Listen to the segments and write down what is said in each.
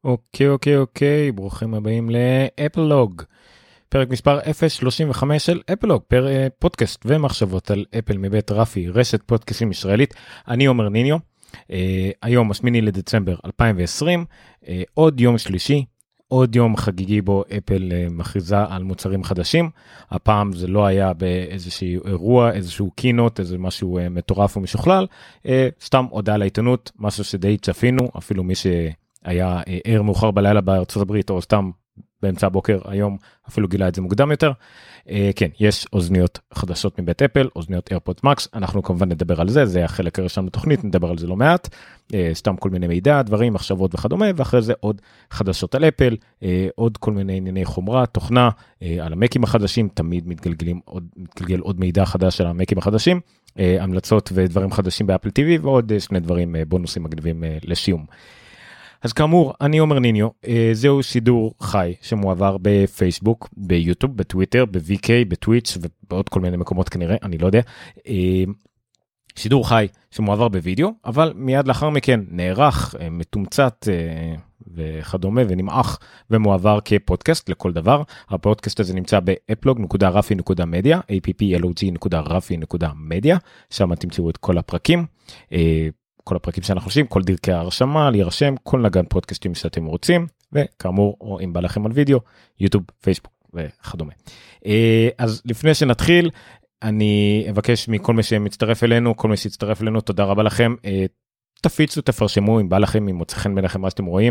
אוקיי, ברוכים הבאים לאפלוג, פרק מספר 035 של אפלוג, פודקאסט ומחשבות על אפל מבית רפי, רשת פודקאסטים ישראלית. אני עומר ניניו, היום 8 לדצמבר 2020, עוד יום שלישי, עוד יום חגיגי בו אפל מכריזה על מוצרים חדשים. הפעם זה לא היה באיזשהו אירוע, איזשהו קינות, איזה משהו מטורף ומשוכלל, סתם הודעה לעיתונות, משהו שדי צפינו, אפילו מי שהיה ער מאוחר בלילה בארצות הברית, או סתם באמצע הבוקר היום, אפילו גילה את זה מוקדם יותר. כן, יש אוזניות חדשות מבית אפל, אוזניות AirPods Max, אנחנו כמובן נדבר על זה, זה החלק הראשון בתוכנית, נדבר על זה לא מעט, סתם כל מיני מידע, דברים, מחשבות וכדומה, ואחרי זה עוד חדשות על אפל, עוד כל מיני ענייני חומרה, תוכנה, על המקים החדשים, תמיד מתגלגל עוד מידע חדש על המקים החדשים, המלצות ודברים חדשים באפל TV, ועוד שני דברים בונוסים מגניבים לשיום. אז כאמור, אני עומר ניניו, זהו שידור חי שמועבר בפייסבוק, ביוטיוב, בטוויטר, ב-VK, בטוויץ' ובעוד כל מיני מקומות כנראה, אני לא יודע. שידור חי שמועבר בווידאו, אבל מיד לאחר מכן נערך, מתומצת וכדומה ונמעך ומועבר כפודקאסט לכל דבר. הפודקאסט הזה נמצא ב-applog.rafi.media, applog.rafi.media, שם תמצאו את כל הפרקים. כל הפרקים שאנחנו עושים, כל דרכי ההרשמה, להירשם, כל נגן פודקאסטים שאתם רוצים, וכאמור, או אם בא לכם על וידאו, יוטיוב, פייסבוק וכדומה. אז לפני שנתחיל, אני אבקש מכל מי שמצטרף אלינו, כל מי שיצטרף אלינו, תודה רבה לכם, תפיצו, תפרשמו, אם בא לכם, אם מוצא חן ביניכם מה שאתם רואים,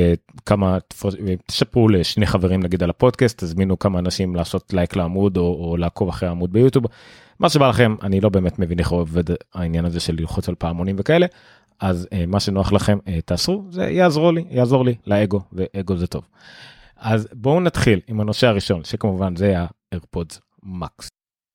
תשפרו לשני חברים נגיד על הפודקאסט, תזמינו כמה אנשים לעשות לייק לעמוד, או לעקוב אחרי העמוד ביוטיוב, מה שבא לכם, אני לא באמת מבין איך עובד העניין הזה של ללחוץ על פעמונים וכאלה, אז מה שנוח לכם תעשו, זה יעזור לי לאגו, ואגו זה טוב. אז בואו נתחיל עם הנושא הראשון, שכמובן זה ה-AirPods Max.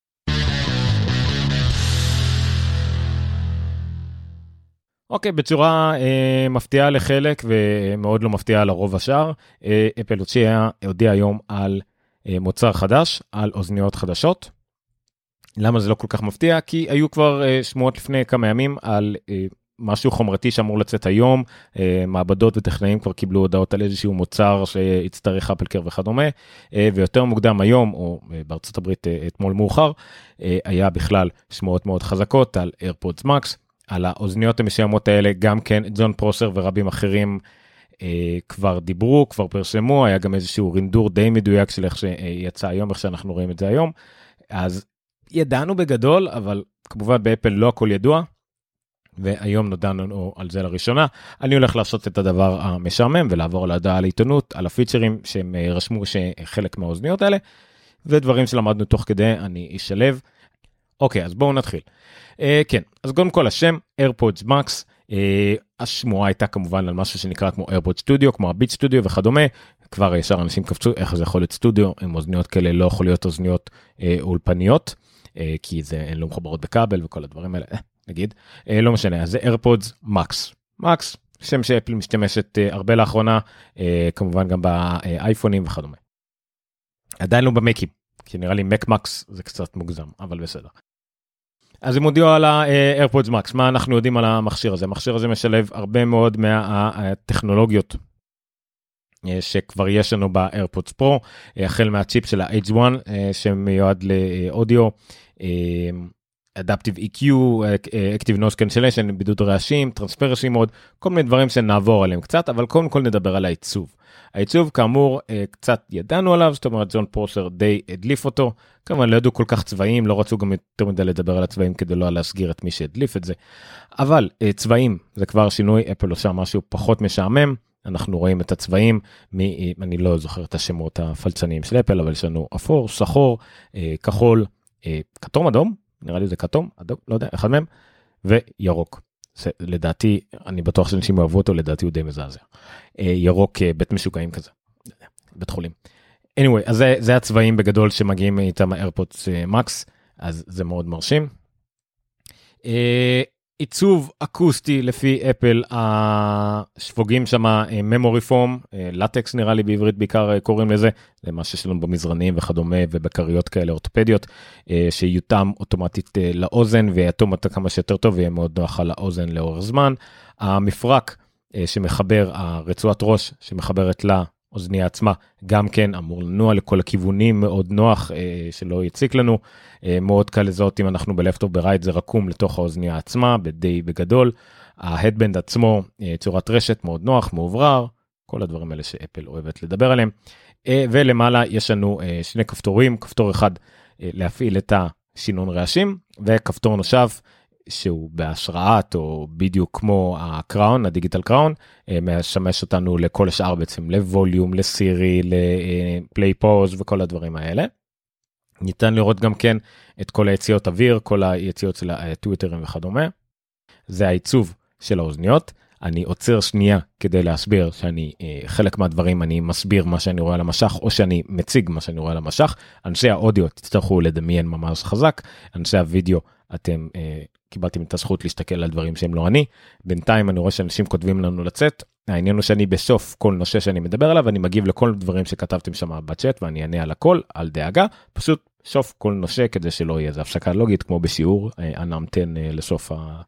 אוקיי, בצורה מפתיעה לחלק ומאוד לא מפתיעה לרוב השאר, אפל הודיע היום על מוצר חדש, על אוזניות חדשות. למה זה לא כל כך מפתיע? כי היו כבר שמועות לפני כמה ימים על משהו חומרתי שאמור לצאת היום, מעבדות וטכנאים כבר קיבלו הודעות על איזשהו מוצר שיצטרך אפלקר וכדומה, ויותר מוקדם היום, או בארצות הברית אתמול מאוחר, היה בכלל שמועות מאוד חזקות על AirPods Max, על האוזניות המסוימות האלה, גם כן ג'ון פרוסר ורבים אחרים כבר דיברו, כבר פרסמו, היה גם איזשהו רינדור די מדויק של איך שיצא היום, איך שאנחנו רואים את זה היום, אז ידענו בגדול, אבל כמובן באפל לא הכל ידוע, והיום נודענו על זה לראשונה. אני הולך לעשות את הדבר המשעמם, ולעבור להודעה על העיתונות, על הפיצ'רים שהם רשמו שחלק מהאוזניות האלה, ודברים שלמדנו תוך כדי אני אשלב. אוקיי, אז בואו נתחיל. כן, אז קודם כל השם, AirPods Max, השמועה הייתה כמובן על משהו שנקרא כמו AirPods Studio, כמו הביט סטודיו וכדומה, כבר ישר אנשים קפצו איך זה יכול להיות סטודיו, עם אוזניות כאלה לא יכול להיות אוזניות אולפניות, כי זה לא מחוברות בכבל וכל הדברים האלה, נגיד, לא משנה, אז זה AirPods Max, שם שאפל משתמשת הרבה לאחרונה, כמובן גם באייפונים וכדומה. עדיין לא במקים, כי נראה לי Mac Max זה קצת מוגזם, אבל בסדר. אז הם הודיעו על ה-AirPods Max, מה אנחנו יודעים על המכשיר הזה? המכשיר הזה משלב הרבה מאוד מהטכנולוגיות שכבר יש לנו ב-AirPods Pro, החל מהצ'יפ של ה-H1 שמיועד לאודיו, Adaptive EQ, Active Noise Cancellation, בידוד רעשים, Transparency Mode, כל מיני דברים שנעבור עליהם קצת, אבל קודם כל נדבר על העיצוב. העיצוב כאמור קצת ידענו עליו, זאת אומרת ג'ון פרוסר די הדליף אותו, כמובן לא ידעו כל כך צבעים, לא רצו גם יותר מדי לדבר על הצבעים כדי לא להסגיר את מי שהדליף את זה, אבל צבעים זה כבר שינוי, אפל עושה משהו פחות משעמם, אנחנו רואים את הצבעים, אני לא זוכר את השמות הפלצניים של אפל, אבל יש לנו אפור, שחור, כחול, כתום אדום, נראה לי זה כתום, אדום, לא יודע, אחד מהם, וירוק. זה, לדעתי, אני בטוח שאנשים אוהבו אותו, לדעתי הוא די מזעזע. ירוק בית משוגעים כזה, בית חולים. anyway, אז זה הצבעים בגדול שמגיעים איתם ה-AirPods Max, אז זה מאוד מרשים. עיצוב אקוסטי לפי אפל, השפוגים שם memory foam, לטקס נראה לי בעברית בעיקר קוראים לזה, זה מה שיש לנו במזרנים וכדומה ובקריות כאלה אורתופדיות, שיותם אוטומטית לאוזן ויתום אותה כמה שיותר טוב ויהיה מאוד נוח על האוזן לאורך זמן. המפרק שמחבר, הרצועת ראש שמחברת לאוזנייה עצמה, גם כן אמור לנוע לכל הכיוונים, מאוד נוח, שלא יציק לנו, מאוד קל לזהות אם אנחנו בלפט או ברייט, זה רקום לתוך האוזנייה עצמה, די בגדול, ההדבנד עצמו, צורת רשת, מאוד נוח, מאוברר, כל הדברים האלה שאפל אוהבת לדבר עליהם, ולמעלה יש לנו שני כפתורים, כפתור אחד להפעיל את השינון רעשים, וכפתור נוסף שהוא בהשראת או בדיוק כמו הקראון, הדיגיטל קראון, משמש אותנו לכל השאר בעצם, לווליום, לסירי, לפליי פוז וכל הדברים האלה. ניתן לראות גם כן את כל היציאות אוויר, כל היציאות של הטוויטרים וכדומה. זה העיצוב של האוזניות. אני עוצר שנייה כדי להסביר שאני, חלק מהדברים אני מסביר מה שאני רואה על המשך, או שאני מציג מה שאני רואה על המשך. אנשי האודיו תצטרכו לדמיין ממש חזק, אנשי הוידאו אתם קיבלתם את הזכות להסתכל על דברים שהם לא אני. בינתיים אני רואה שאנשים כותבים לנו לצאת, העניין הוא שאני בסוף כל נושא שאני מדבר עליו, אני מגיב לכל דברים שכתבתם שם בצ'אט, ואני אענה על הכל, על דאגה, פשוט סוף כל נושא כדי שלא יהיה איזה הפסקה לוגית, כמו בשיעור, אני אמתן לסוף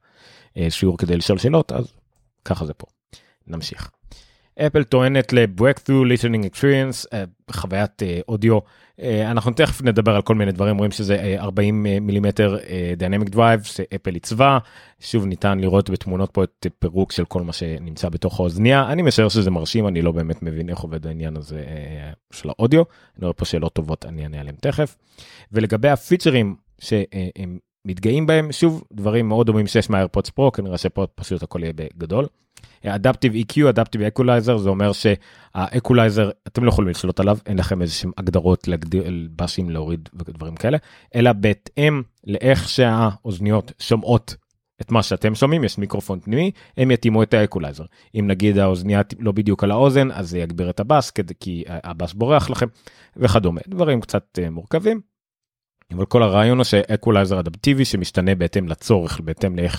השיעור כדי לשאול שאלות, אז ככה זה פה. נמשיך. אפל טוענת ל-Breakthrough Listening Experience, חוויית אודיו, אנחנו תכף נדבר על כל מיני דברים, רואים שזה 40 מילימטר Dynamic Drive שאפל עיצבה, שוב ניתן לראות בתמונות פה את פירוק של כל מה שנמצא בתוך האוזניה, אני משער שזה מרשים, אני לא באמת מבין איך עובד העניין הזה של האודיו, אני רואה פה שאלות טובות, אני אענה עליהם תכף, ולגבי הפיצ'רים שהם מתגאים בהם, שוב דברים מאוד דומים שיש מהאיירפודס פרו, כנראה שפה פשוט הכל יהיה בגדול, Adaptive EQ, Adaptive Equalizer, זה אומר שהאקולייזר, אתם לא יכולים לשלוט עליו, אין לכם איזשהם הגדרות להגדיר, בשים להוריד ודברים כאלה, אלא בהתאם לאיך שהאוזניות שומעות את מה שאתם שומעים, יש מיקרופון פנימי, הם יתאימו את האקולייזר. אם נגיד האוזנייה לא בדיוק על האוזן, אז זה יגביר את הבאס, כי הבאס בורח לכם, וכדומה. דברים קצת מורכבים. אבל כל הרעיון הוא שאקולייזר אדפטיבי שמשתנה בהתאם לצורך, בהתאם לאיך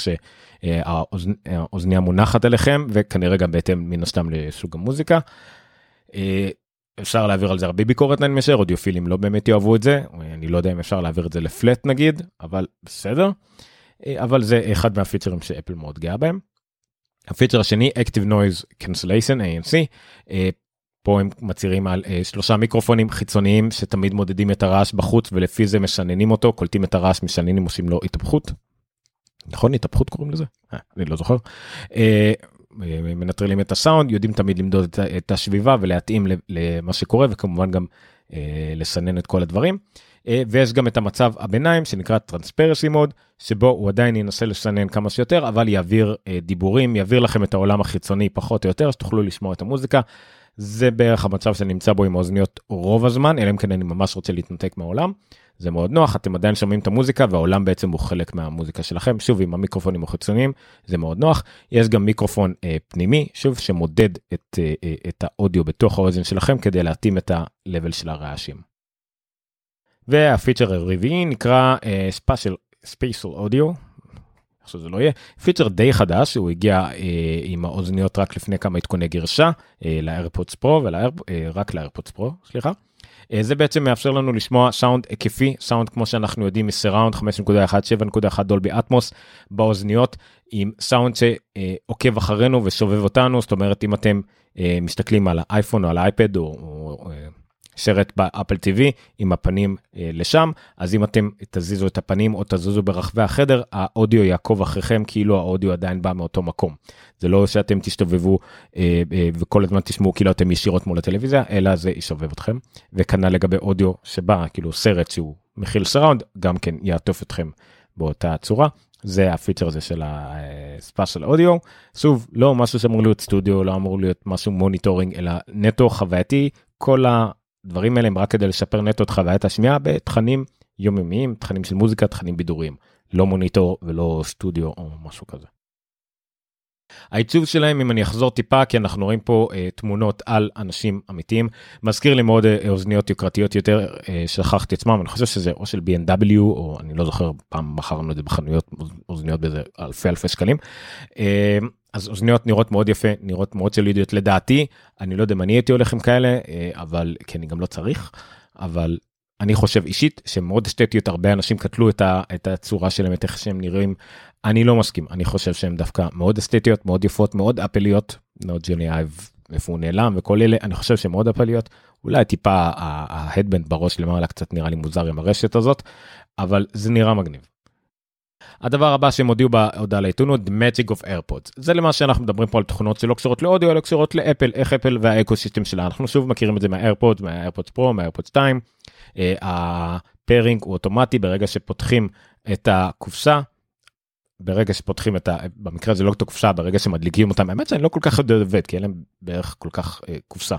שהאוזניה מונחת עליכם, וכנראה גם בהתאם מן הסתם לסוג המוזיקה. אפשר להעביר על זה הרבה ביקורת, אני משער, אודיופילים לא באמת יאהבו את זה, אני לא יודע אם אפשר להעביר את זה לפלט נגיד, אבל בסדר. אבל זה אחד מהפיצ'רים שאפל מאוד גאה בהם. הפיצ'ר השני, Active Noise Cancellation, ANC, פה הם מצהירים על 3 מיקרופונים חיצוניים שתמיד מודדים את הרעש בחוץ ולפי זה משננים אותו, קולטים את הרעש, משננים, עושים לו התהפכות. נכון, התהפכות קוראים לזה? אני לא זוכר. מנטרלים את הסאונד, יודעים תמיד למדוד את השביבה ולהתאים למה שקורה וכמובן גם לסנן את כל הדברים. ויש גם את המצב הביניים שנקרא Transparency Mode, שבו הוא עדיין ינסה לסנן כמה שיותר, אבל יעביר דיבורים, יעביר לכם את העולם החיצוני פחות או יותר, שתוכלו לשמוע את המוזיקה. זה בערך המצב שנמצא בו עם האוזניות רוב הזמן, אלא אם כן אני ממש רוצה להתנתק מהעולם. זה מאוד נוח, אתם עדיין שומעים את המוזיקה, והעולם בעצם הוא חלק מהמוזיקה שלכם. שוב, עם המיקרופונים החיצוניים, זה מאוד נוח. יש גם מיקרופון פנימי, שוב, שמודד את האודיו בתוך האוזן שלכם, כדי להתאים את ה-level של הרעשים. והפיצ'ר הרביעי נקרא Spatial Audio, עכשיו זה לא יהיה, פיצ'ר די חדש, הוא הגיע עם האוזניות רק לפני כמה עדכוני גרשה, לאיירפודס פרו, רק לאיירפודס פרו, סליחה. זה בעצם מאפשר לנו לשמוע סאונד היקפי, סאונד כמו שאנחנו יודעים מסיראונד 5.1, 7.1 דולבי אטמוס באוזניות, עם סאונד שעוקב אחרינו ושובב אותנו, זאת אומרת אם אתם מסתכלים על האייפון או על האייפד או שרת באפל TV עם הפנים לשם, אז אם אתם תזיזו את הפנים או תזיזו ברחבי החדר, האודיו יעקוב אחריכם כאילו האודיו עדיין בא מאותו מקום. זה לא שאתם תשתובבו וכל הזמן תשמעו כאילו אתם ישירות מול הטלוויזיה, אלא זה ישובב אתכם. וכנ"ל לגבי אודיו שבא, כאילו סרט שהוא מכיל סראונד, גם כן יעטוף אתכם באותה צורה. זה הפיצ'ר הזה של הספיישל אודיו. שוב, לא משהו שאמור להיות סטודיו, לא אמור להיות משהו מוניטורינג, אלא נטו חווייתי. כל הדברים האלה הם רק כדי לשפר נטו את חוויית השמיעה בתכנים יומיומיים, תכנים של מוזיקה, תכנים בידוריים, לא מוניטור ולא סטודיו או משהו כזה. העיצוב שלהם, אם אני אחזור טיפה, כי אנחנו רואים פה תמונות על אנשים אמיתיים, מזכיר לי מאוד אוזניות יוקרתיות יותר, שכחתי עצמם, אני חושב שזה או של B&W, או אני לא זוכר, פעם בחרנו את זה בחנויות, אוזניות באיזה אלפי שקלים, אז אוזניות נראות מאוד יפה, נראות מאוד סולידיות לדעתי, אני לא יודע אם אני הייתי הולך עם כאלה, אבל כי אני גם לא צריך, אבל אני חושב אישית שמאוד אסתטיות, הרבה אנשים קטלו את הצורה שלהם, את איך שהם נראים, אני לא מסכים, אני חושב שהם דווקא מאוד אסתטיות, מאוד יפות, מאוד אפליות, Node Genie Hive, איפה הוא נעלם וכל אלה, אני חושב שמאוד אפליות, אולי טיפה ההדבנד בראש למעלה קצת נראה לי מוזר עם הרשת הזאת, אבל זה נראה מגניב. הדבר הבא שהם הודיעו בהודעה לעיתונות, The Magic of AirPods. זה למה שאנחנו מדברים פה על תכונות שלא קשורות לאודיו, אלא קשורות לאפל, איך אפל והאקוסיסטם שלה. אנחנו שוב מכירים את זה מהאיירפודס, מהאיירפודס פרו, מהאיירפודס 2. הפארינג הוא אוטומטי ברגע שפותחים את הקופסה, ברגע שפותחים במקרה הזה לא את הקופסה, ברגע שמדליקים אותם, האמת שאני לא כל כך יודע עובד, כי אין להם בערך כל כך קופסה.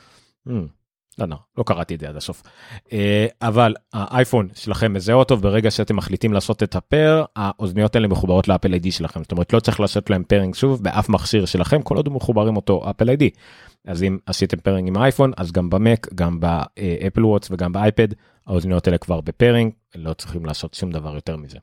לא קראתי את זה עד הסוף. אבל האייפון שלכם מזהה אותו, ברגע שאתם מחליטים לעשות את הפאר, האוזניות האלה מחוברות לאפל איי-די שלכם. זאת אומרת, לא צריך לעשות להם פארינג שוב, באף מכשיר שלכם, כל עוד הוא מחוברים אותו אפל איי-די. אז אם עשיתם פארינג עם האייפון, אז גם במק, גם באפל וואץ' וגם באייפד, האוזניות האלה כבר בפארינג, לא צריכים לעשות שום דבר יותר מזה.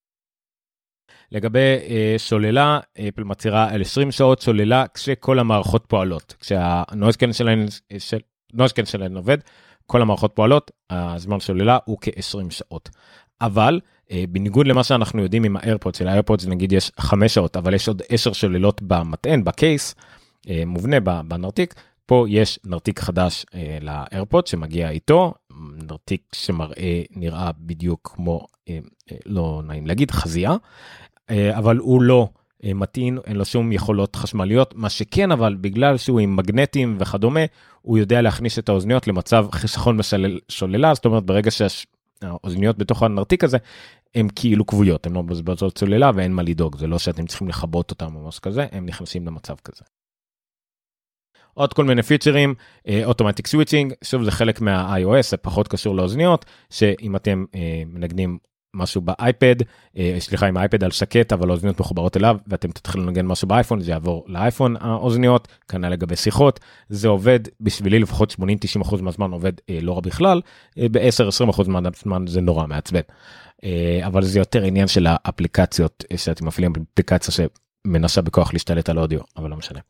לגבי שוללה, אפל מצהירה על 20 שעות שוללה כשכל המערכות פועלות. כשהנויז קנסלינג שלהן עובד, כל המערכות פועלות, הזמן שוללה הוא כ-20 שעות. אבל בניגוד למה שאנחנו יודעים עם האיירפודס, של האיירפודס נגיד יש 5 שעות, אבל יש עוד 10 שוללות במטען, בקייס, מובנה בנרתיק, פה יש נרתיק חדש לאיירפודס שמגיע איתו, נרתיק שמראה, נראה בדיוק כמו, לא נעים להגיד, חזייה, אבל הוא לא מתאים, אין לו שום יכולות חשמליות, מה שכן, אבל בגלל שהוא עם מגנטים וכדומה, הוא יודע להכניס את האוזניות למצב חיסכון בשוללה, זאת אומרת, ברגע שהאוזניות בתוך הנרתיק הזה, הן כאילו קבויות, הן לא מבזבזות סוללה ואין מה לדאוג, זה לא שאתם צריכים לכבות אותם או משהו כזה, הם נכנסים למצב כזה. עוד כל מיני פיצ'רים, אוטומטיק סוויצ'ינג, שוב זה חלק מה-iOS, זה פחות קשור לאוזניות, שאם אתם מנגנים משהו באייפד, סליחה עם האייפד על שקט, אבל האוזניות מחוברות אליו, ואתם תתחילו לנגן משהו באייפון, זה יעבור לאייפון האוזניות, כנ"ל לגבי שיחות, זה עובד בשבילי לפחות 80-90% מהזמן עובד לא רע בכלל, ב-10-20% מהזמן זה נורא מעצבן. אבל זה יותר עניין של האפליקציות, שאתם מפעילים אפליקציה שמנסה בכוח להשתלט על אודיו, אבל לא משנה.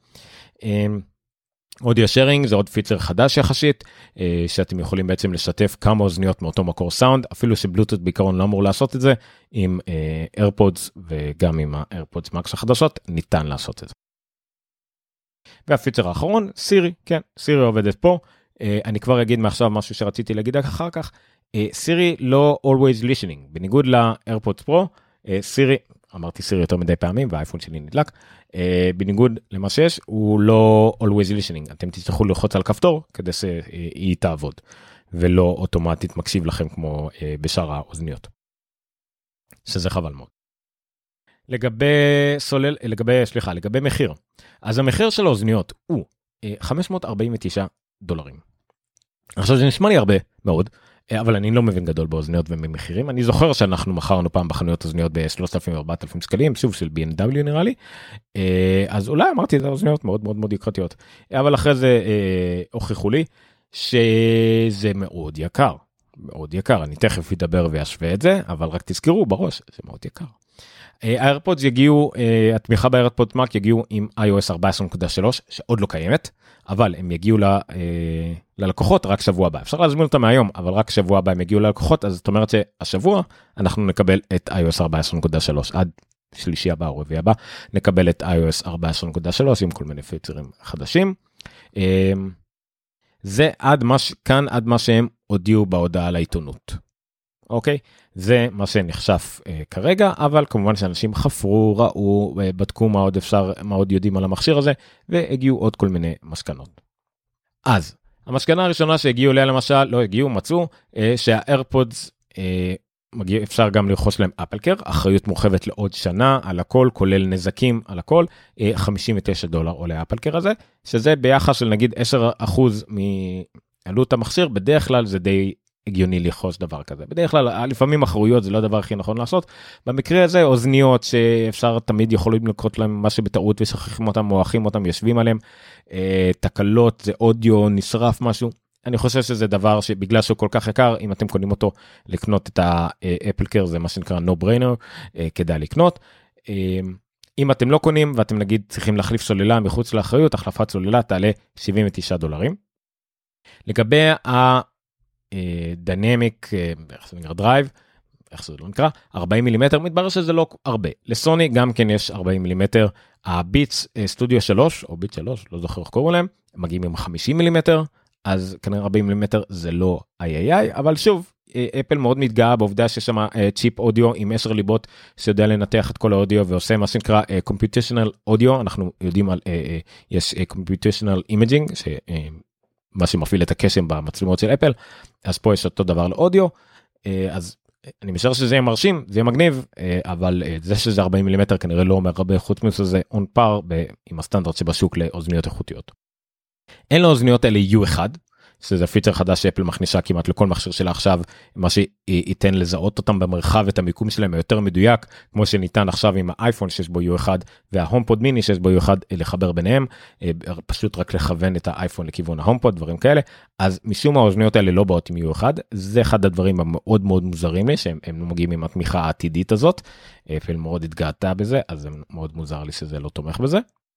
אודיו שיירינג זה עוד פיצ'ר חדש יחסית, שאתם יכולים בעצם לשתף כמה אוזניות מאותו מקור סאונד, אפילו שבלוטות בעיקרון לא אמור לעשות את זה, עם AirPods וגם עם ה-AirPods Max החדשות, ניתן לעשות את זה. והפיצ'ר האחרון, סירי, כן, סירי עובדת פה, אני כבר אגיד מעכשיו משהו שרציתי להגיד אחר כך, סירי לא always listening, בניגוד ל-AirPods Pro, סירי, אמרתי סירי יותר מדי פעמים, והאייפון שלי נדלק, בניגוד למה שיש, הוא לא always listening, אתם תצטרכו ללחוץ על כפתור, כדי שהיא תעבוד, ולא אוטומטית מקשיב לכם כמו בשאר האוזניות. שזה חבל מאוד. לגבי מחיר, אז המחיר של האוזניות הוא $549. עכשיו זה נשמע לי הרבה מאוד, אבל אני לא מבין גדול באוזניות וממחירים. אני זוכר שאנחנו מכרנו פעם בחנויות אוזניות ב-3,000-4,000 שקלים, שוב של B&W נראה לי, אז אולי אמרתי זה אוזניות מאוד מאוד מאוד יקרתיות, אבל אחרי זה הוכיחו לי שזה מאוד יקר, מאוד יקר, אני תכף אדבר וישווה את זה, אבל רק תזכרו בראש, זה מאוד יקר. האיירפודס יגיעו, התמיכה באיירפודס Max יגיעו עם iOS 14.3, שעוד לא קיימת, אבל הם יגיעו ללקוחות רק שבוע הבא. אפשר להזמין אותם מהיום, אבל רק שבוע הבא הם יגיעו ללקוחות, אז זאת אומרת שהשבוע אנחנו נקבל את iOS 14.3, עד שלישי הבא או רביעי הבא, נקבל את iOS 14.3 עם כל מיני פיצ'רים חדשים. זה עד מה שהם הודיעו בהודעה לעיתונות. אוקיי? זה מה שנחשף כרגע, אבל כמובן שאנשים חפרו, ראו, בדקו מה עוד יודעים על המכשיר הזה, והגיעו עוד כל מיני משכנות. אז, המשכנה הראשונה שהגיעו אליה למשל, לא הגיעו, מצאו, שהאיירפודס, אפשר גם לרכוש להם אפלקר, אחריות מורחבת לעוד שנה על הכל, כולל נזקים על הכל, $59 עולה האפלקר הזה, שזה ביחס של נגיד 10% מעלות המכשיר, בדרך כלל זה די הגיוני לרכוש דבר כזה. בדרך כלל, לפעמים אחרויות זה לא הדבר הכי נכון לעשות. במקרה הזה, אוזניות שאפשר תמיד יכולים לקרות להם משהו בטעות ושכחים אותם, מואחים אותם, יושבים עליהם, תקלות, זה אודיו, נשרף משהו. אני חושב שזה דבר שבגלל שהוא כל כך יקר, אם אתם קונים אותו לקנות את האפל קר, זה מה שנקרא no brainer, כדאי לקנות. אם אתם לא קונים ואתם נגיד צריכים להחליף סוללה מחוץ לאחריות, החלפת סוללה תעלה $79. לגבי דינמיק דרייב, איך שזה לא נקרא, 40 מילימטר, מתברר שזה לא הרבה. לסוני גם כן יש 40 מילימטר, הביטס סטודיו 3, או ביט 3, לא זוכר איך קוראים להם, מגיעים עם 50 מילימטר, אז כנראה 40 מילימטר זה לא איי, אבל שוב, אפל מאוד מתגאה בעובדה שיש שם צ'יפ אודיו עם 10 ליבות שיודע לנתח את כל האודיו ועושה מה שנקרא computational audio, אנחנו יודעים על, יש computational imaging, מה שמפעיל את הקסם במצלמות של אפל, אז פה יש אותו דבר לאודיו, אז אני משער שזה יהיה מרשים, זה יהיה מגניב, אבל זה שזה 40 מילימטר כנראה לא אומר הרבה, חוץ מזה זה on par עם הסטנדרט שבשוק לאוזניות איכותיות. אין לאוזניות אלה U1, שזה פיצ'ר חדש שאפל מכניסה כמעט לכל מכשיר שלה עכשיו, מה שייתן לזהות אותם במרחב, את המיקום שלהם יותר מדויק, כמו שניתן עכשיו עם האייפון שיש בו U1, וההומפוד מיני שיש בו U1 לחבר ביניהם, פשוט רק לכוון את האייפון לכיוון ההומפוד, דברים כאלה, אז משום האוזניות האלה לא באות עם U1, זה אחד הדברים המאוד מאוד מוזרים לי, שהם לא מגיעים עם התמיכה העתידית הזאת, אפל מאוד התגעתה בזה, אז זה מאוד מוזר לי שזה לא תומך בזה.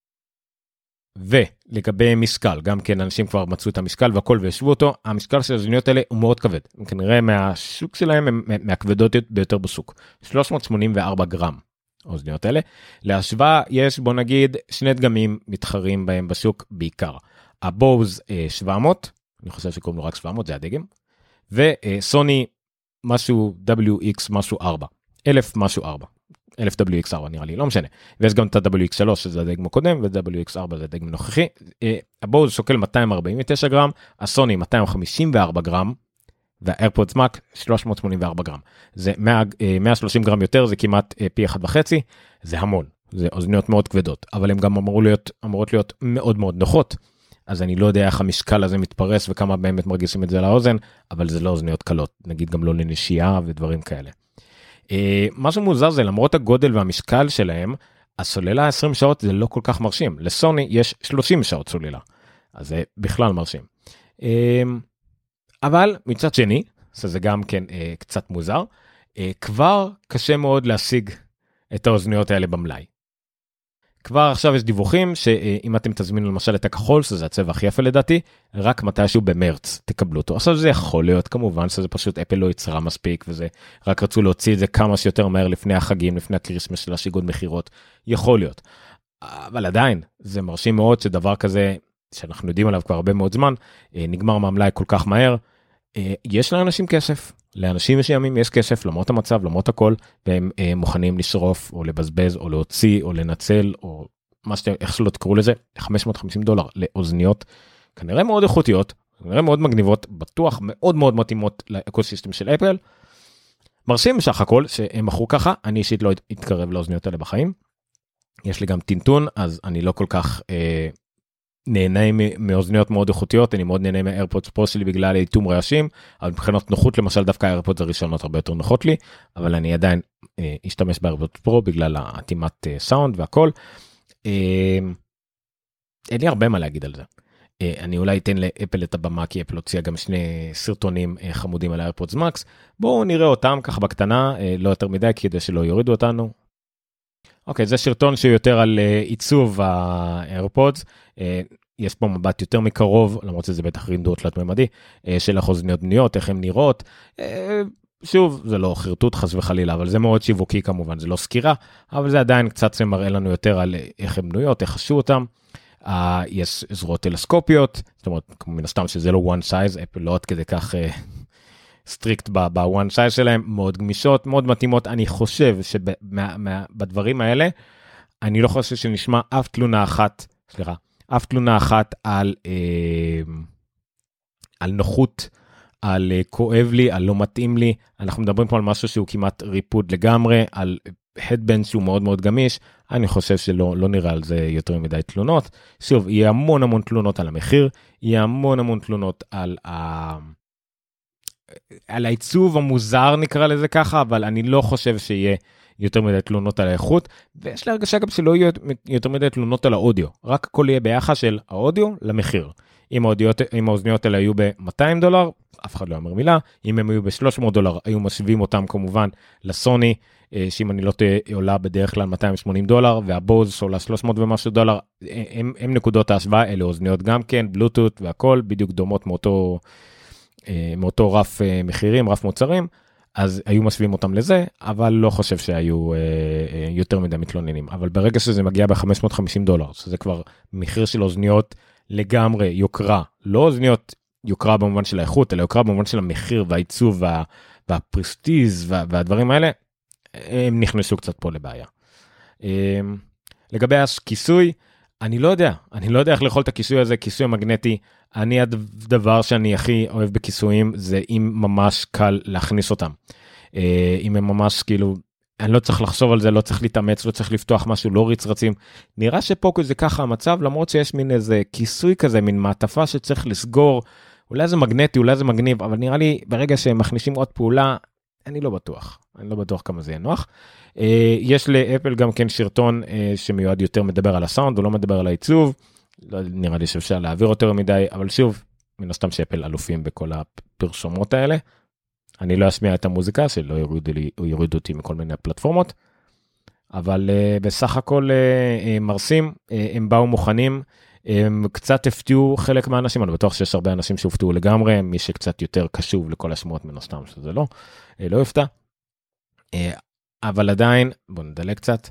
ולגבי משקל, גם כן אנשים כבר מצאו את המשקל והכל וישבו אותו, המשקל של האוזניות האלה הוא מאוד כבד, כנראה מהשוק שלהם הם מהכבדות ביותר בשוק, 384 גרם האוזניות האלה, להשוואה יש בוא נגיד שני דגמים מתחרים בהם בשוק בעיקר, הבוז 700, אני חושב שקוראים לו רק 700 זה הדגם, וסוני משהו WX משהו 4, 1000 משהו 4. 1000 WX4 נראה לי, לא משנה. ויש גם את ה-WX3 שזה הדגם הקודם, ו-WX4 זה הדגם הנוכחי. הבוז שוקל 249 גרם, הסוני 254 גרם, והאיירפודס מאק 384 גרם. זה 130 גרם יותר, זה כמעט פי 1.5, זה המון. זה אוזניות מאוד כבדות, אבל הן גם אמורות להיות מאוד מאוד נוחות. אז אני לא יודע איך המשקל הזה מתפרס, וכמה באמת מרגישים את זה לאוזן, אבל זה לא אוזניות קלות, נגיד גם לא לנשייה ודברים כאלה. משהו מוזר זה למרות הגודל והמשקל שלהם, הסוללה 20 שעות זה לא כל כך מרשים, לסוני יש 30 שעות סוללה, אז זה בכלל מרשים. אבל מצד שני, שזה גם כן קצת מוזר, כבר קשה מאוד להשיג את האוזניות האלה במלאי. כבר עכשיו יש דיווחים שאם אתם תזמינו למשל את הכחול, שזה הצבע הכי יפה לדעתי, רק מתישהו במרץ תקבלו אותו. עכשיו זה יכול להיות כמובן שזה פשוט אפל לא יצרה מספיק, וזה רק רצו להוציא את זה כמה שיותר מהר לפני החגים, לפני הקריסמס של השיגוד מחירות, יכול להיות. אבל עדיין, זה מרשים מאוד שדבר כזה, שאנחנו יודעים עליו כבר הרבה מאוד זמן, נגמר מהמלאי כל כך מהר, יש לאנשים כסף. לאנשים מסוימים יש כסף למרות המצב, למרות הכל, והם מוכנים לשרוף או לבזבז או להוציא או לנצל או מה שאתם, איך שלא תקראו לזה, $550 לאוזניות, כנראה מאוד איכותיות, כנראה מאוד מגניבות, בטוח מאוד מאוד מתאימות לאקוסיסטם של אפל. מרשים בסך הכל שהם מכרו ככה, אני אישית לא אתקרב לאוזניות האלה בחיים. יש לי גם טינטון, אז אני לא כל כך נהנה מאוזניות מאוד איכותיות, אני מאוד נהנה מהאיירפודס פרו שלי בגלל איתום רעשים, אבל מבחינת נוחות למשל דווקא האיירפודס הראשונות הרבה יותר נוחות לי, אבל אני עדיין אשתמש באיירפודס פרו בגלל האטימת סאונד והכל. אין לי הרבה מה להגיד על זה. אני אולי אתן לאפל את הבמה, כי אפל הוציאה גם שני סרטונים חמודים על האיירפודס מקס, בואו נראה אותם ככה בקטנה, לא יותר מדי כדי שלא יורידו אותנו. אוקיי, זה שרטון שהוא יותר על עיצוב האיירפודס, יש פה מבט יותר מקרוב, למרות שזה בטח רינדור תלת-ממדי, של האוזניות בנויות, איך הן נראות, שוב, זה לא חרטוט חס וחלילה, אבל זה מאוד שיווקי כמובן, זה לא סקירה, אבל זה עדיין קצת מראה לנו יותר על איך הן בנויות, איך חשו אותן, יש זרועות טלסקופיות, זאת אומרת, מן הסתם שזה לא one size, אפל לא עד כדי כך סטריקט ב-one size שלהם, מאוד גמישות, מאוד מתאימות, אני חושב שבדברים האלה, אני לא חושב שנשמע אף תלונה אחת על נוחות, על כואב לי, על לא מתאים לי, אנחנו מדברים פה על משהו שהוא כמעט ריפוד לגמרי, על הדבנד שהוא מאוד מאוד גמיש, אני חושב שלא נראה על זה יותר מדי תלונות, שוב, יהיה המון תלונות על המחיר, יהיה המון תלונות על העיצוב המוזר נקרא לזה ככה, אבל אני לא חושב שיהיה יותר מדי תלונות על האיכות, ויש לי הרגשה גם שלא יהיו יותר מדי תלונות על האודיו, רק הכל יהיה ביחס של האודיו למחיר. אם האוזניות האלה היו $200, אף אחד לא אומר מילה, אם הם היו $300, היו משווים אותם כמובן לסוני, שאם אני לא עולה בדרך כלל $280, והבוז שעולה $300 ומשהו, הם נקודות ההשוואה, אלה אוזניות גם כן, בלוטות והכל, בדיוק דומות מאותו רף מחירים, רף מוצרים, אז היו משווים אותם לזה, אבל לא חושב שהיו יותר מדי מתלוננים. אבל ברגע שזה מגיע $550, שזה כבר מחיר של אוזניות לגמרי יוקרה, לא אוזניות יוקרה במובן של האיכות, אלא יוקרה במובן של המחיר והעיצוב והפרסטיז והדברים האלה, הם נכנסו קצת פה לבעיה. לגבי הכיסוי, אני לא יודע איך לאכול את הכיסוי הזה, כיסוי המגנטי, הדבר שאני הכי אוהב בכיסויים, זה אם ממש קל להכניס אותם. אם הם ממש כאילו, אני לא צריך לחשוב על זה, לא צריך להתאמץ, לא צריך לפתוח משהו, לא ריץ רצים. נראה שפה זה ככה המצב, למרות שיש מין איזה כיסוי כזה, מין מעטפה שצריך לסגור, אולי זה מגנטי, אולי זה מגניב, אבל נראה לי ברגע שהם מכניסים עוד פעולה, אני לא בטוח כמה זה יהיה נוח. יש לאפל גם כן שרטון שמיועד יותר מדבר על הסאונד, הוא לא מדבר על העיצוב, לא נראה לי שאפשר להעביר יותר מדי, אבל שוב, מן הסתם שאפל אלופים בכל הפרשומות האלה. אני לא אשמיע את המוזיקה, שלא יורידו אותי מכל מיני פלטפורמות, אבל בסך הכל מרסים, הם באו מוכנים, הם קצת הפתיעו חלק מהאנשים, אני בטוח שיש הרבה אנשים שהופתעו לגמרי, מי שקצת יותר קשוב לכל השמועות מן הסתם, שזה לא יפתע. אבל עדיין, בואו נדלג קצת,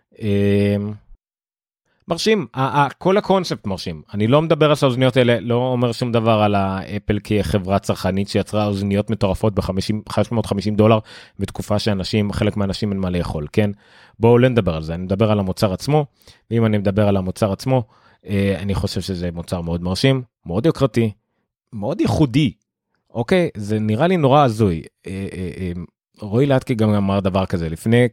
מרשים, כל הקונספט מרשים, אני לא מדבר על האוזניות האלה, לא אומר שום דבר על האפל כחברה צרכנית שיצרה אוזניות מטורפות $550 בתקופה שאנשים, חלק מהאנשים אין מה לאכול, כן? בואו לא נדבר על זה, אני מדבר על המוצר עצמו, ואם אני מדבר על המוצר עצמו, אני חושב שזה מוצר מאוד מרשים, מאוד יוקרתי, מאוד ייחודי, אוקיי? זה נראה לי נורא הזוי, רועי לטקי גם אמר דבר כזה, לפני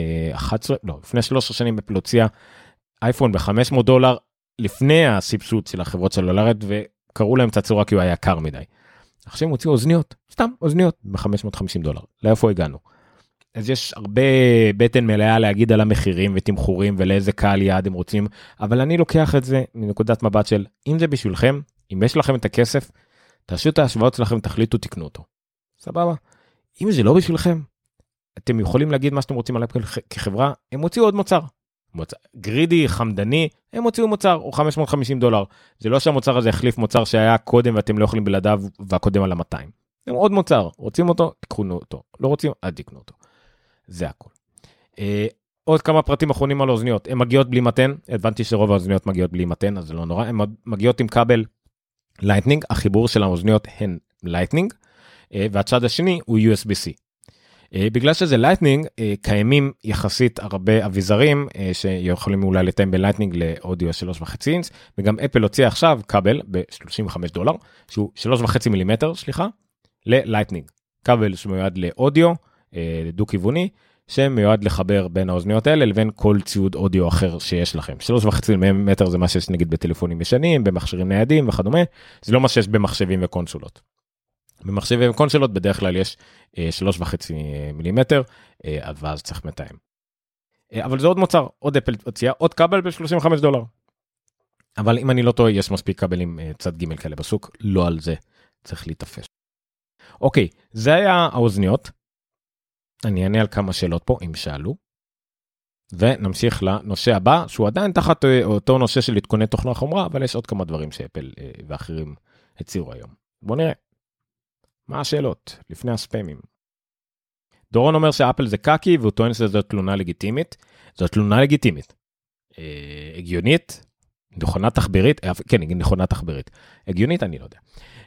13 שנים אפל הוציאה אייפון $500 לפני הסבסוד של החברות סלולריות, וקראו להם את הצורה כי הוא היה יקר מדי. עכשיו הם הוציאו אוזניות, סתם אוזניות, $550. לאיפה הגענו? אז יש הרבה בטן מלאה להגיד על המחירים ותמחורים ולאיזה קהל יעד הם רוצים, אבל אני לוקח את זה מנקודת מבט של, אם זה בשבילכם, אם יש לכם את הכסף, תעשו את ההשוואות שלכם, תחליטו, תקנו אותו. סבבה? אם זה לא בשבילכם, אתם יכולים להגיד מה שאתם רוצים על אפל כחברה, הם הוציאו עוד מוצר. גרידי, חמדני, הם הוציאו מוצר, הוא $550. זה לא שהמוצר הזה החליף מוצר שהיה קודם ואתם לא יכולים בלעדיו והקודם על 200. הם עוד מוצר, רוצים אותו, תקנו אותו. לא רוצים, עד תקנו אותו. זה הכל. עוד כמה פרטים אחרונים על האוזניות. הן מגיעות בלי מתן, הבנתי שרוב האוזניות מגיעות בלי מתן, אז זה לא נורא. הן מגיעות עם כבל לייטנינג, החיבור של האוזניות הן לייטנינג, והצד השני הוא USB-C. בגלל שזה לייטנינג, קיימים יחסית הרבה אביזרים שיכולים אולי לתאם בלייטנינג לאודיו 3.5 אינץ, וגם אפל הוציאה עכשיו כבל $35, שהוא 3.5 מילימטר, ללייטנינג. כבל שמיועד לאודיו, דו-כיווני, שמיועד לחבר בין האוזניות האלה לבין כל ציוד אודיו אחר שיש לכם. 3.5 מילימטר זה מה שיש נגיד בטלפונים ישנים, במכשירים ניידים וכדומה, זה לא מה שיש במחשבים וקונסולות. במחשבים וקונסולות בדרך כלל יש 3.5 מילימטר, ואז צריך מתאם. אבל זה עוד מוצר, עוד אפל הוציאה, עוד כבל $35. אבל אם אני לא טועה, יש מספיק כבלים צד ג' כאלה בסוק, לא על זה צריך להתאפש. אוקיי, זה היה האוזניות. אני אענה על כמה שאלות פה, אם שאלו. ונמשיך לנושא הבא, שהוא עדיין תחת אותו נושא של עדכוני תוכנה חומרה, אבל יש עוד כמה דברים שאפל ואחרים הציעו היום. בואו נראה. מה השאלות? לפני הספאמים. דורון אומר שאפל זה קאקי, והוא טוען שזו תלונה לגיטימית. זו תלונה לגיטימית. הגיונית? נכונה תחבירית? כן, נכונה תחבירית. הגיונית? אני לא יודע.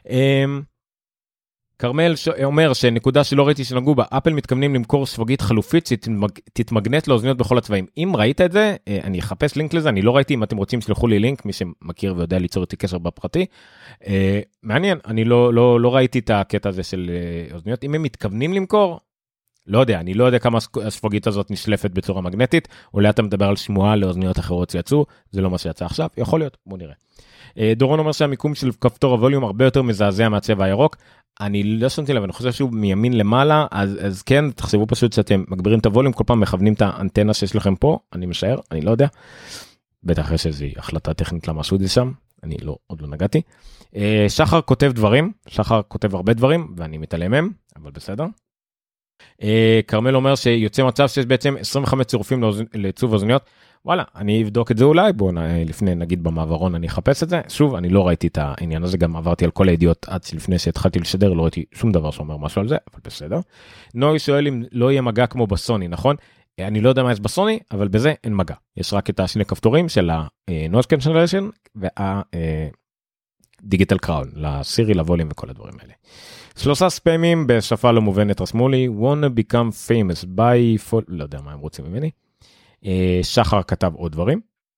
קרמל אומר שנקודה שלא ראיתי שנגעו בה, אפל מתכוונים למכור ספוגית חלופית שתתמגנט לאוזניות בכל הצבעים. אם ראית את זה, אני אחפש לינק לזה, אני לא ראיתי, אם אתם רוצים שלחו לי לינק, מי שמכיר ויודע ליצור איתי קשר בפרטי. מעניין, אני לא ראיתי את הקטע הזה של אוזניות. אם הם מתכוונים למכור, לא יודע, אני לא יודע כמה הספוגית הזאת נשלפת בצורה מגנטית, אולי אתה מדבר על שמועה לאוזניות אחרות שיצאו, זה לא מה שיצא עכשיו, יכול להיות, בוא נראה. דורון אומר שהמיקום של כפתור הווליום הרבה יותר מזעזע מהצבע הירוק, אני לא שמתי לב, אני חושב שהוא מימין למעלה, אז כן, תחשבו פשוט שאתם מגבירים את הווליום, כל פעם מכוונים את האנטנה שיש לכם פה, אני משער, אני לא יודע, בטח יש איזו החלטה טכנית למשהו זה שם, אני עוד לא נגעתי. שחר כותב דברים, שחר כותב הרבה דברים, ואני מתעלם מהם, אבל בסדר. קרמל אומר שיוצא מצב שיש בעצם 25 צירופים לעיצוב אוזניות, וואלה, אני אבדוק את זה אולי, בואו לפני נגיד במעברון אני אחפש את זה, שוב, אני לא ראיתי את העניין הזה, גם עברתי על כל הידיעות עד לפני שהתחלתי לשדר, לא ראיתי שום דבר שאומר משהו על זה, אבל בסדר. נוי שואל אם לא יהיה מגע כמו בסוני, נכון? אני לא יודע מה יש בסוני, אבל בזה אין מגע. יש רק את השני כפתורים של ה-Noise Cancellation וה-Digital Crown, לסירי, לווליום וכל הדברים האלה. 3 ספאמים בשפה לא מובנת רשמו לי, wanna become famous by, לא יודע מה הם רוצים ממני. שחר כתב עוד דברים.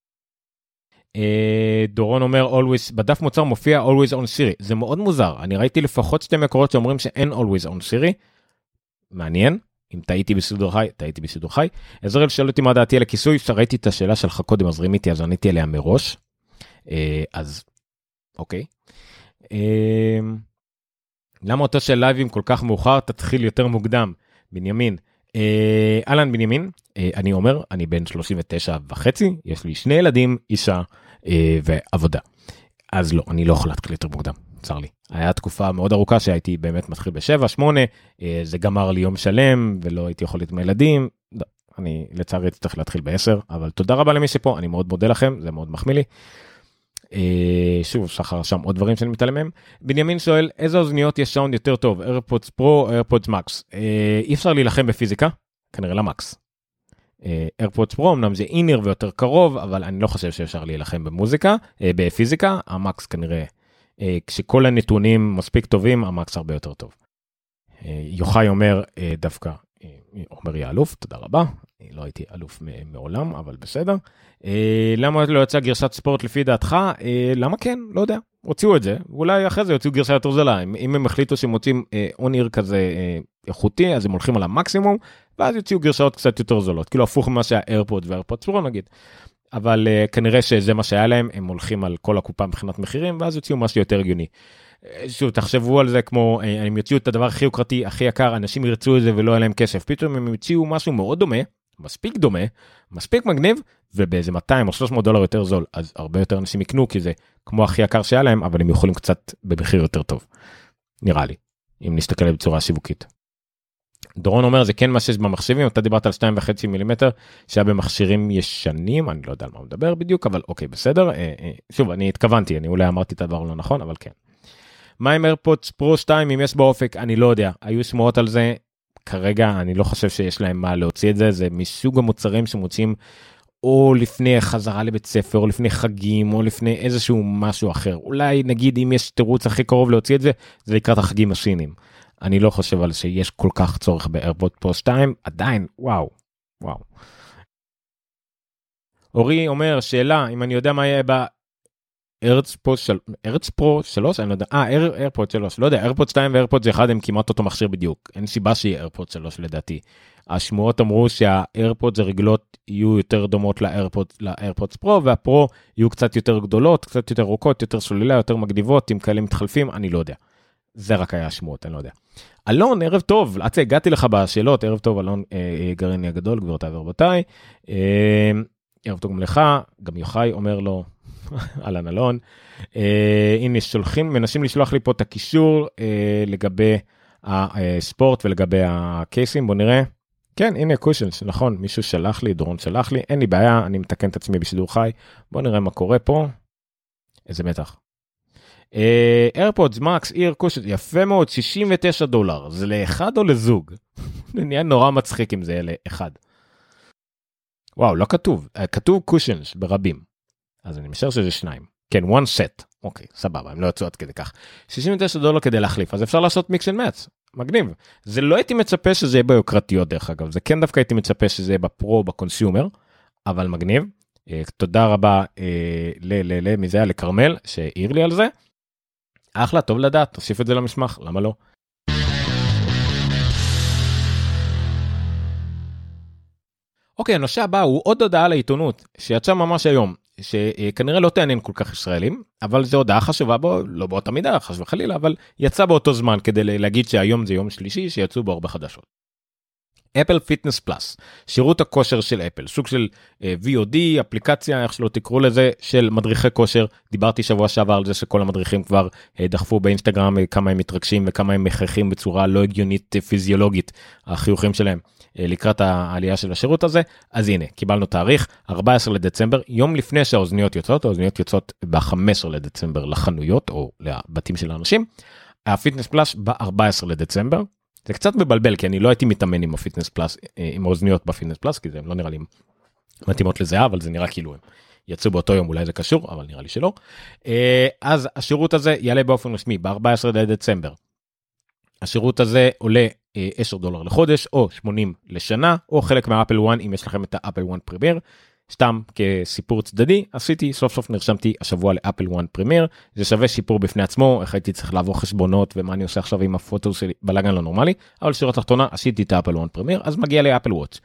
דורון אומר, always, בדף מוצר מופיע always on Siri, זה מאוד מוזר, אני ראיתי לפחות 2 מקורות שאומרים שאין always on Siri, מעניין. אם טעיתי בסידור חי, טעיתי בסידור חי. עזרל שואל אותי מה דעתי על הכיסוי, שראיתי את השאלה שלך קודם, אז רימיתי, אז עניתי עליה מראש. אז, אוקיי. למה אותו של לייבים כל כך מאוחר, תתחיל יותר מוקדם? בנימין. אלן בנימין, אני אומר, אני בן 39.5, יש לי 2 ילדים, אישה ועבודה. אז לא, אני לא יכול להתחיל יותר מוקדם. צר לי. היה תקופה מאוד ארוכה שהייתי באמת מתחיל ב7, 8, זה גמר לי יום שלם, ולא הייתי יכול להיות עם הילדים, אני לצערי צריך להתחיל ב10, אבל תודה רבה למי שפה, אני מאוד מודה לכם, זה מאוד מחמיא לי. שוב, שחר שם עוד דברים שאני מתעלם מהם. בנימין שואל, איזה אוזניות יש סאונד יותר טוב, AirPods Pro או AirPods Max? אי אפשר להילחם בפיזיקה, כנראה למקס. AirPods Pro, אמנם זה אינר ויותר קרוב, אבל אני לא חושב שאפשר להילחם במוזיקה, בפיזיקה, המקס כנראה, כשכל הנתונים מספיק טובים, המקס הרבה יותר טוב. יוחאי אומר דווקא, אומר יהיה אלוף, תודה רבה, לא הייתי אלוף מעולם, אבל בסדר. למה לא יצא גרשת ספורט לפי דעתך? למה כן? לא יודע, הוציאו את זה, ואולי אחרי זה יוציאו גרשה יותר זולה, אם הם החליטו שהם מוצאים אוניר כזה איכותי, אז הם הולכים על המקסימום, ואז יוציאו גרשאות קצת יותר זולות, כאילו הפוך ממה שהאיירפוד והאיירפוד פרו נגיד. אבל כנראה שזה מה שהיה להם, הם הולכים על כל הקופה מבחינת מחירים, ואז יוציאו משהו יותר הגיוני. שוב, תחשבו על זה כמו, הם יוציאו את הדבר הכי יוקרתי, הכי יקר, אנשים ירצו את זה ולא היה להם כסף, פתאום הם יוציאו משהו מאוד דומה, מספיק דומה, מספיק מגניב, ובאיזה 200 או 300 דולר יותר זול, אז הרבה יותר אנשים יקנו, כי זה כמו הכי יקר שהיה להם, אבל הם יכולים קצת במחיר יותר טוב. נראה לי, אם נסתכל עליו בצורה שיווקית. דורון אומר, זה כן מה שיש במחשבים, אתה דיברת על 2.5 מילימטר, שהיה במכשירים ישנים, אני לא יודע על מה הוא מדבר בדיוק, אבל אוקיי, בסדר. שוב, אני התכוונתי, אני אולי אמרתי את הדבר לא נכון, אבל כן. מה עם AirPods Pro 2, אם יש באופק, אני לא יודע. היו שמועות על זה, כרגע אני לא חושב שיש להם מה להוציא את זה, זה מסוג המוצרים שמוצאים או לפני חזרה לבית ספר, או לפני חגים, או לפני איזשהו משהו אחר. אולי נגיד אם יש תירוץ הכי קרוב להוציא את זה, זה לקראת החגים הסינים. אני לא חושב על שיש כל כך צורך ב-AirPods Pro 2, עדיין, וואו. אורי אומר, שאלה, אם אני יודע מה יהיה AirPods Pro 3, אני לא יודע, AirPods 3, לא יודע, AirPods 2 ו-AirPods 1 הם כמעט אותו מכשיר בדיוק, אין סיבה שיהיה AirPods 3 לדעתי. השמועות אמרו שה-AirPods הרגילות יהיו יותר דומות ל-AirPods Pro, וה-Pro יהיו קצת יותר גדולות, קצת יותר ארוכות, יותר סוללה, יותר מגניבות, עם כאלה מתחלפים, אני לא יודע. זה רק היה השמועות, אני לא יודע. אלון, ערב טוב, עד שהגעתי לך בשאלות, ערב טוב, אלון גרעיני הגדול, גבירותיי ורבותיי, ערב טוב גם לך, גם יוחאי אומר לו, אלן אלון, הנה שולחים, מנסים לשלוח לי פה את הקישור לגבי הספורט ולגבי הקייסים, בוא נראה, כן, הנה קושנס, נכון, מישהו שלח לי, דורון שלח לי, אין לי בעיה, אני מתקן את עצמי בשידור חי, בוא נראה מה קורה פה, איזה מתח. AirPods Max, איר קושנס, יפה מאוד, $69, זה לאחד או לזוג? זה נהיה נורא מצחיק אם זה יהיה לאחד. וואו, לא כתוב, כתוב קושנס ברבים. אז אני משער שזה 2. כן, one set. אוקיי, סבבה, הם לא יצאו עד כדי כך. $69 כדי להחליף, אז אפשר לעשות mix and match. מגניב. זה לא הייתי מצפה שזה יהיה ביוקרתיות דרך אגב, זה כן דווקא הייתי מצפה שזה יהיה בפרו, בקונסיומר, אבל מגניב. תודה רבה מי זה היה? לקרמל, שהעיר לי על זה. אחלה, טוב לדעת, תוסיף את זה למשמח, למה לא? אוקיי, הנושא הבא הוא עוד הודעה לעיתונות, שיצא ממש היום, שכנראה לא תעניין כל כך ישראלים, אבל זו הודעה חשובה בו, לא באותה מידה, חשוב וחלילה, אבל יצא באותו זמן כדי להגיד שהיום זה יום שלישי, שיצאו בו הרבה חדשות. אפל פיטנס פלאס, שירות הכושר של אפל, סוג של VOD, אפליקציה, איך שלא תקראו לזה, של מדריכי כושר. דיברתי שבוע שעבר על זה שכל המדריכים כבר דחפו באינסטגרם כמה הם מתרגשים וכמה הם מחייכים בצורה לא הגיונית פיזיולוגית, החיוכים שלהם לקראת העלייה של השירות הזה. אז הנה, קיבלנו תאריך 14 לדצמבר, יום לפני שהאוזניות יוצאות, האוזניות יוצאות ב-15 לדצמבר לחנויות או לבתים של האנשים, הפיטנס פלאס ב-14 לדצמבר. זה קצת מבלבל, כי אני לא הייתי מתאמן עם הפיטנס פלאס, עם האוזניות בפיטנס פלאס, כי זה לא נראה לי מתאימות לזה, אבל זה נראה כאילו הם יצאו באותו יום, אולי זה קשור, אבל נראה לי שלא. אז השירות הזה יעלה באופן רשמי ב-14 לדצמבר. השירות הזה עולה $10 לחודש, או 80 לשנה, או חלק מהאפל וואן, אם יש לכם את האפל וואן פרימייר. סתם כסיפור צדדי, סוף סוף נרשמתי השבוע לאפל וואן פרימייר, זה שווה שיפור בפני עצמו, איך הייתי צריך לעבור חשבונות, ומה אני עושה עכשיו עם הפוטו שלי, בלגן לא נורמלי, אבל שורה תחתונה, עשיתי את האפל וואן פרימייר, אז מגיע לאפל וואץ',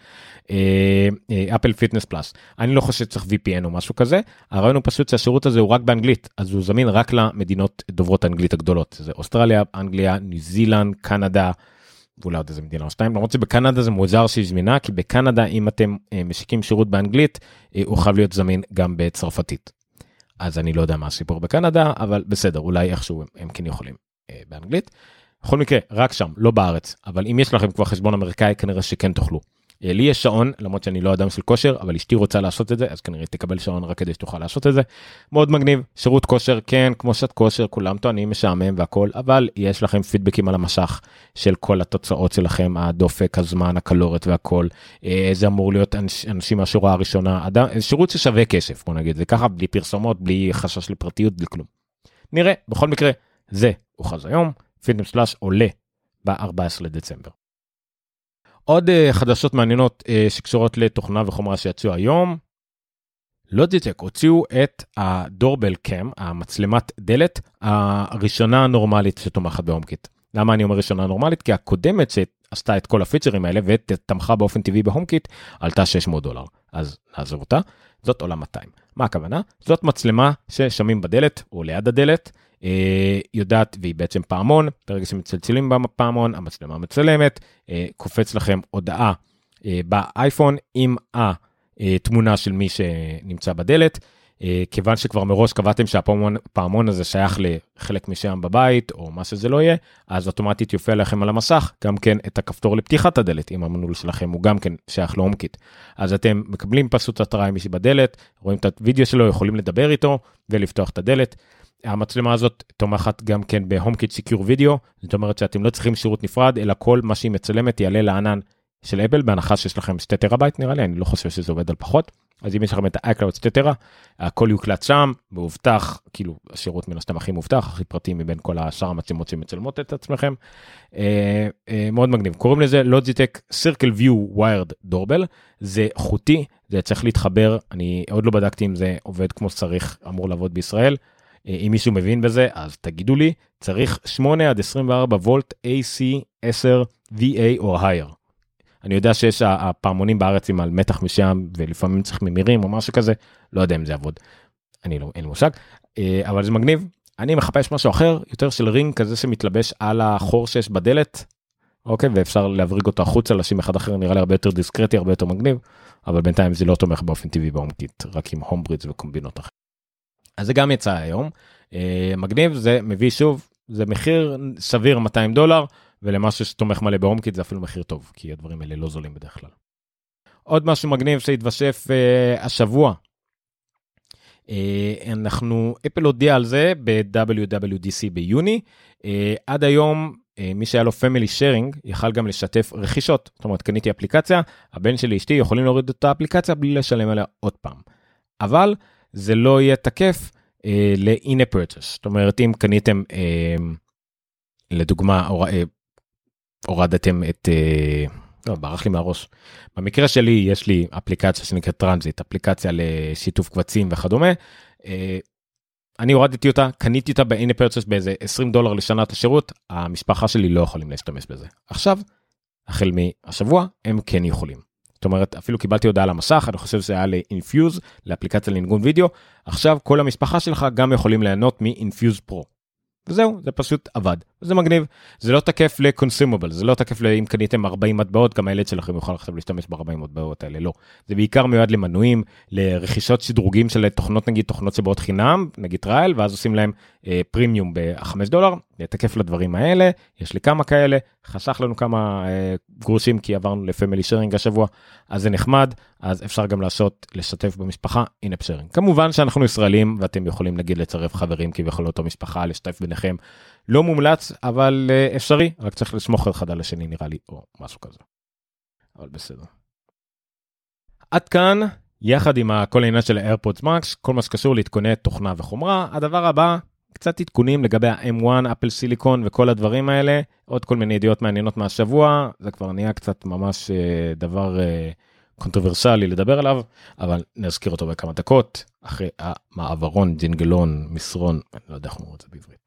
אפל פיטנס פלאס. אני לא חושב שצריך VPN או משהו כזה, הרעיון הוא פשוט שהשירות הזה הוא רק באנגלית, אז הוא זמין רק למדינות דוברות האנגלית הגדולות, זה אוסטרליה, אנגליה, ניו זילנד, קנדה, ואולי עוד איזה מדינה או שתיים, למרות שבקנדה זה מוזר שהיא זמינה, כי בקנדה אם אתם משיקים שירות באנגלית, הוא חייב להיות זמין גם בצרפתית. אז אני לא יודע מה הסיפור בקנדה, אבל בסדר, אולי איכשהו הם כן יכולים באנגלית. בכל מקרה, רק שם, לא בארץ, אבל אם יש לכם כבר חשבון אמריקאי, כנראה שכן תוכלו. לי יש שעון, למרות שאני לא אדם של כושר, אבל אשתי רוצה לעשות את זה, אז כנראה תקבל שעון רק כדי שתוכל לעשות את זה. מאוד מגניב, שירות כושר, כן, כמו שעת כושר, כולם טוענים משעמם והכל, אבל יש לכם פידבקים על המשך של כל התוצאות שלכם, הדופק, הזמן, הקלוריות והכל. זה אמור להיות אנשים מהשורה הראשונה, שירות ששווה כסף, בוא נגיד, זה ככה, בלי פרסומות, בלי חשש לפרטיות, בלי כלום. נראה, בכל מקרה, זה הוכרז היום, פיטנס פלאס עולה ב-14 לדצמבר. עוד חדשות מעניינות שקשורות לתוכנה וחומרה שיצאו היום, לוג'יטק הוציאו את הדורבל קאם, המצלמת דלת הראשונה הנורמלית שתומכת בהומקיט. למה אני אומר ראשונה נורמלית? כי הקודמת שעשתה את כל הפיצ'רים האלה ותמכה באופן טבעי בהומקיט, עלתה $600. אז נעזוב אותה, זאת עולה 200. מה הכוונה? זאת מצלמה ששמים בדלת או ליד הדלת, יודעת, והיא בעצם פעמון, ברגע שמצלצלים בפעמון, המצלמה מצלמת, קופץ לכם הודעה באייפון עם התמונה של מי שנמצא בדלת, כיוון שכבר מראש קבעתם שהפעמון הזה שייך לחלק משם בבית, או מה שזה לא יהיה, אז אוטומטית יופיע לכם על המסך, גם כן את הכפתור לפתיחת הדלת, אם המנעול שלכם הוא גם כן שייך להומקיט. אז אתם מקבלים פשוט התראה עם מישהי בדלת, רואים את הוידאו שלו, יכולים לדבר איתו, ולפתוח את הדלת. המצלמה הזאת תומכת גם כן בהומקיט סקיור וידאו, זאת אומרת שאתם לא צריכים שירות נפרד, אלא כל מה שהיא מצלמת יעלה לענן של אפל, בהנחה שיש לכם 2 טראבייט נראה לי, אני לא חושב שזה עובד על פחות, אז אם יש לכם את ה-iCloud 2 טרה, הכל יוקלט שם, מאובטח, כאילו השירות מן הסתם הכי מובטח, הכי פרטי מבין כל השאר המצלמות שמצלמות את עצמכם, מאוד מגניב, קוראים לזה לוג'יטק Circle View Wired Doorbell, זה חוטי, זה צריך להתחבר, אני עוד לא בדקתי אם זה עובד כמו שצריך, אמור לעבוד בישראל, אם מישהו מבין בזה, אז תגידו לי, צריך 8 עד 24 וולט AC 10 VA או higher. אני יודע שיש הפעמונים בארץ עם על מתח משם, ולפעמים צריך ממירים או משהו כזה, לא יודע אם זה יעבוד. אין לי מושג, אבל זה מגניב. אני מחפש משהו אחר, יותר של רינג כזה שמתלבש על החור שיש בדלת, אוקיי, ואפשר להבריג אותו החוצה, לשים אחד אחר, נראה לי הרבה יותר דיסקרטי, הרבה יותר מגניב, אבל בינתיים זה לא תומך באופן טבעי בהומקיט, רק עם הומברידס וקומבינות אחר. אז זה גם יצא היום, מגניב, זה מביא שוב, זה מחיר סביר $200, ולמשהו שתומך מלא בהומקיט זה אפילו מחיר טוב, כי הדברים האלה לא זולים בדרך כלל. עוד משהו מגניב שהתווסף השבוע, אפל הודיע על זה ב-WWDC ביוני, עד היום מי שהיה לו פמילי שיירינג יכל גם לשתף רכישות, זאת אומרת קניתי אפליקציה, הבן שלי אשתי יכולים להוריד את האפליקציה בלי לשלם עליה עוד פעם, אבל זה לא יהיה תקף ל-in-app purchase, זאת אומרת אם קניתם לדוגמה הורדתם את, לא, ברח לי מהראש, במקרה שלי יש לי אפליקציה שנקראת טרנזיט, אפליקציה לשיתוף קבצים וכדומה, אני הורדתי אותה, קניתי אותה ב-in-app purchase באיזה $20 לשנת השירות, המשפחה שלי לא יכולים להשתמש בזה. עכשיו, החל מהשבוע, הם כן יכולים. זאת אומרת, אפילו קיבלתי הודעה על המסך, אני חושב שזה היה ל-Infuse, לאפליקציה לניגון וידאו, עכשיו כל המשפחה שלך גם יכולים ליהנות מ-Infuse Pro. וזהו, זה פשוט עבד. זה מגניב. זה לא תקף ל-consumable, זה לא תקף אם קניתם 40 מטבעות, גם הילד שלכם יוכל עכשיו להשתמש ב-40 מטבעות האלה, לא. זה בעיקר מיועד למנויים, לרכישות שדרוגים של תוכנות, נגיד תוכנות שבאות חינם, נגיד טרייל, ואז עושים להם פרימיום ב$5, זה תקף לדברים האלה, יש לי כמה כאלה, חסך לנו כמה גרושים, כי עברנו לפמילי שיירינג השבוע, אז זה נחמד, אז אפשר גם לשתף במשפחה, in-app sharing. כמובן שאנחנו ישראלים, ואתם יכולים נגיד לצרף חברים, כי יכול אותו משפחה, לשתף ביניכם, לא מומלץ, אבל אפשרי, רק צריך לסמוך אחד על השני נראה לי, או משהו כזה. אבל בסדר. עד כאן, יחד עם כל העניין של ה-AirPods Max, כל מה שקשור להתכונת תוכנה וחומרה, הדבר הבא, קצת עדכונים לגבי ה-M1, אפל סיליקון וכל הדברים האלה, עוד כל מיני ידיעות מעניינות מהשבוע, זה כבר נהיה קצת ממש דבר קונטרוברסלי לדבר עליו, אבל נזכיר אותו בכמה דקות, אחרי המעברון, ג'ינגלון, מסרון, אני לא יודע איך אומרים את זה בעברית.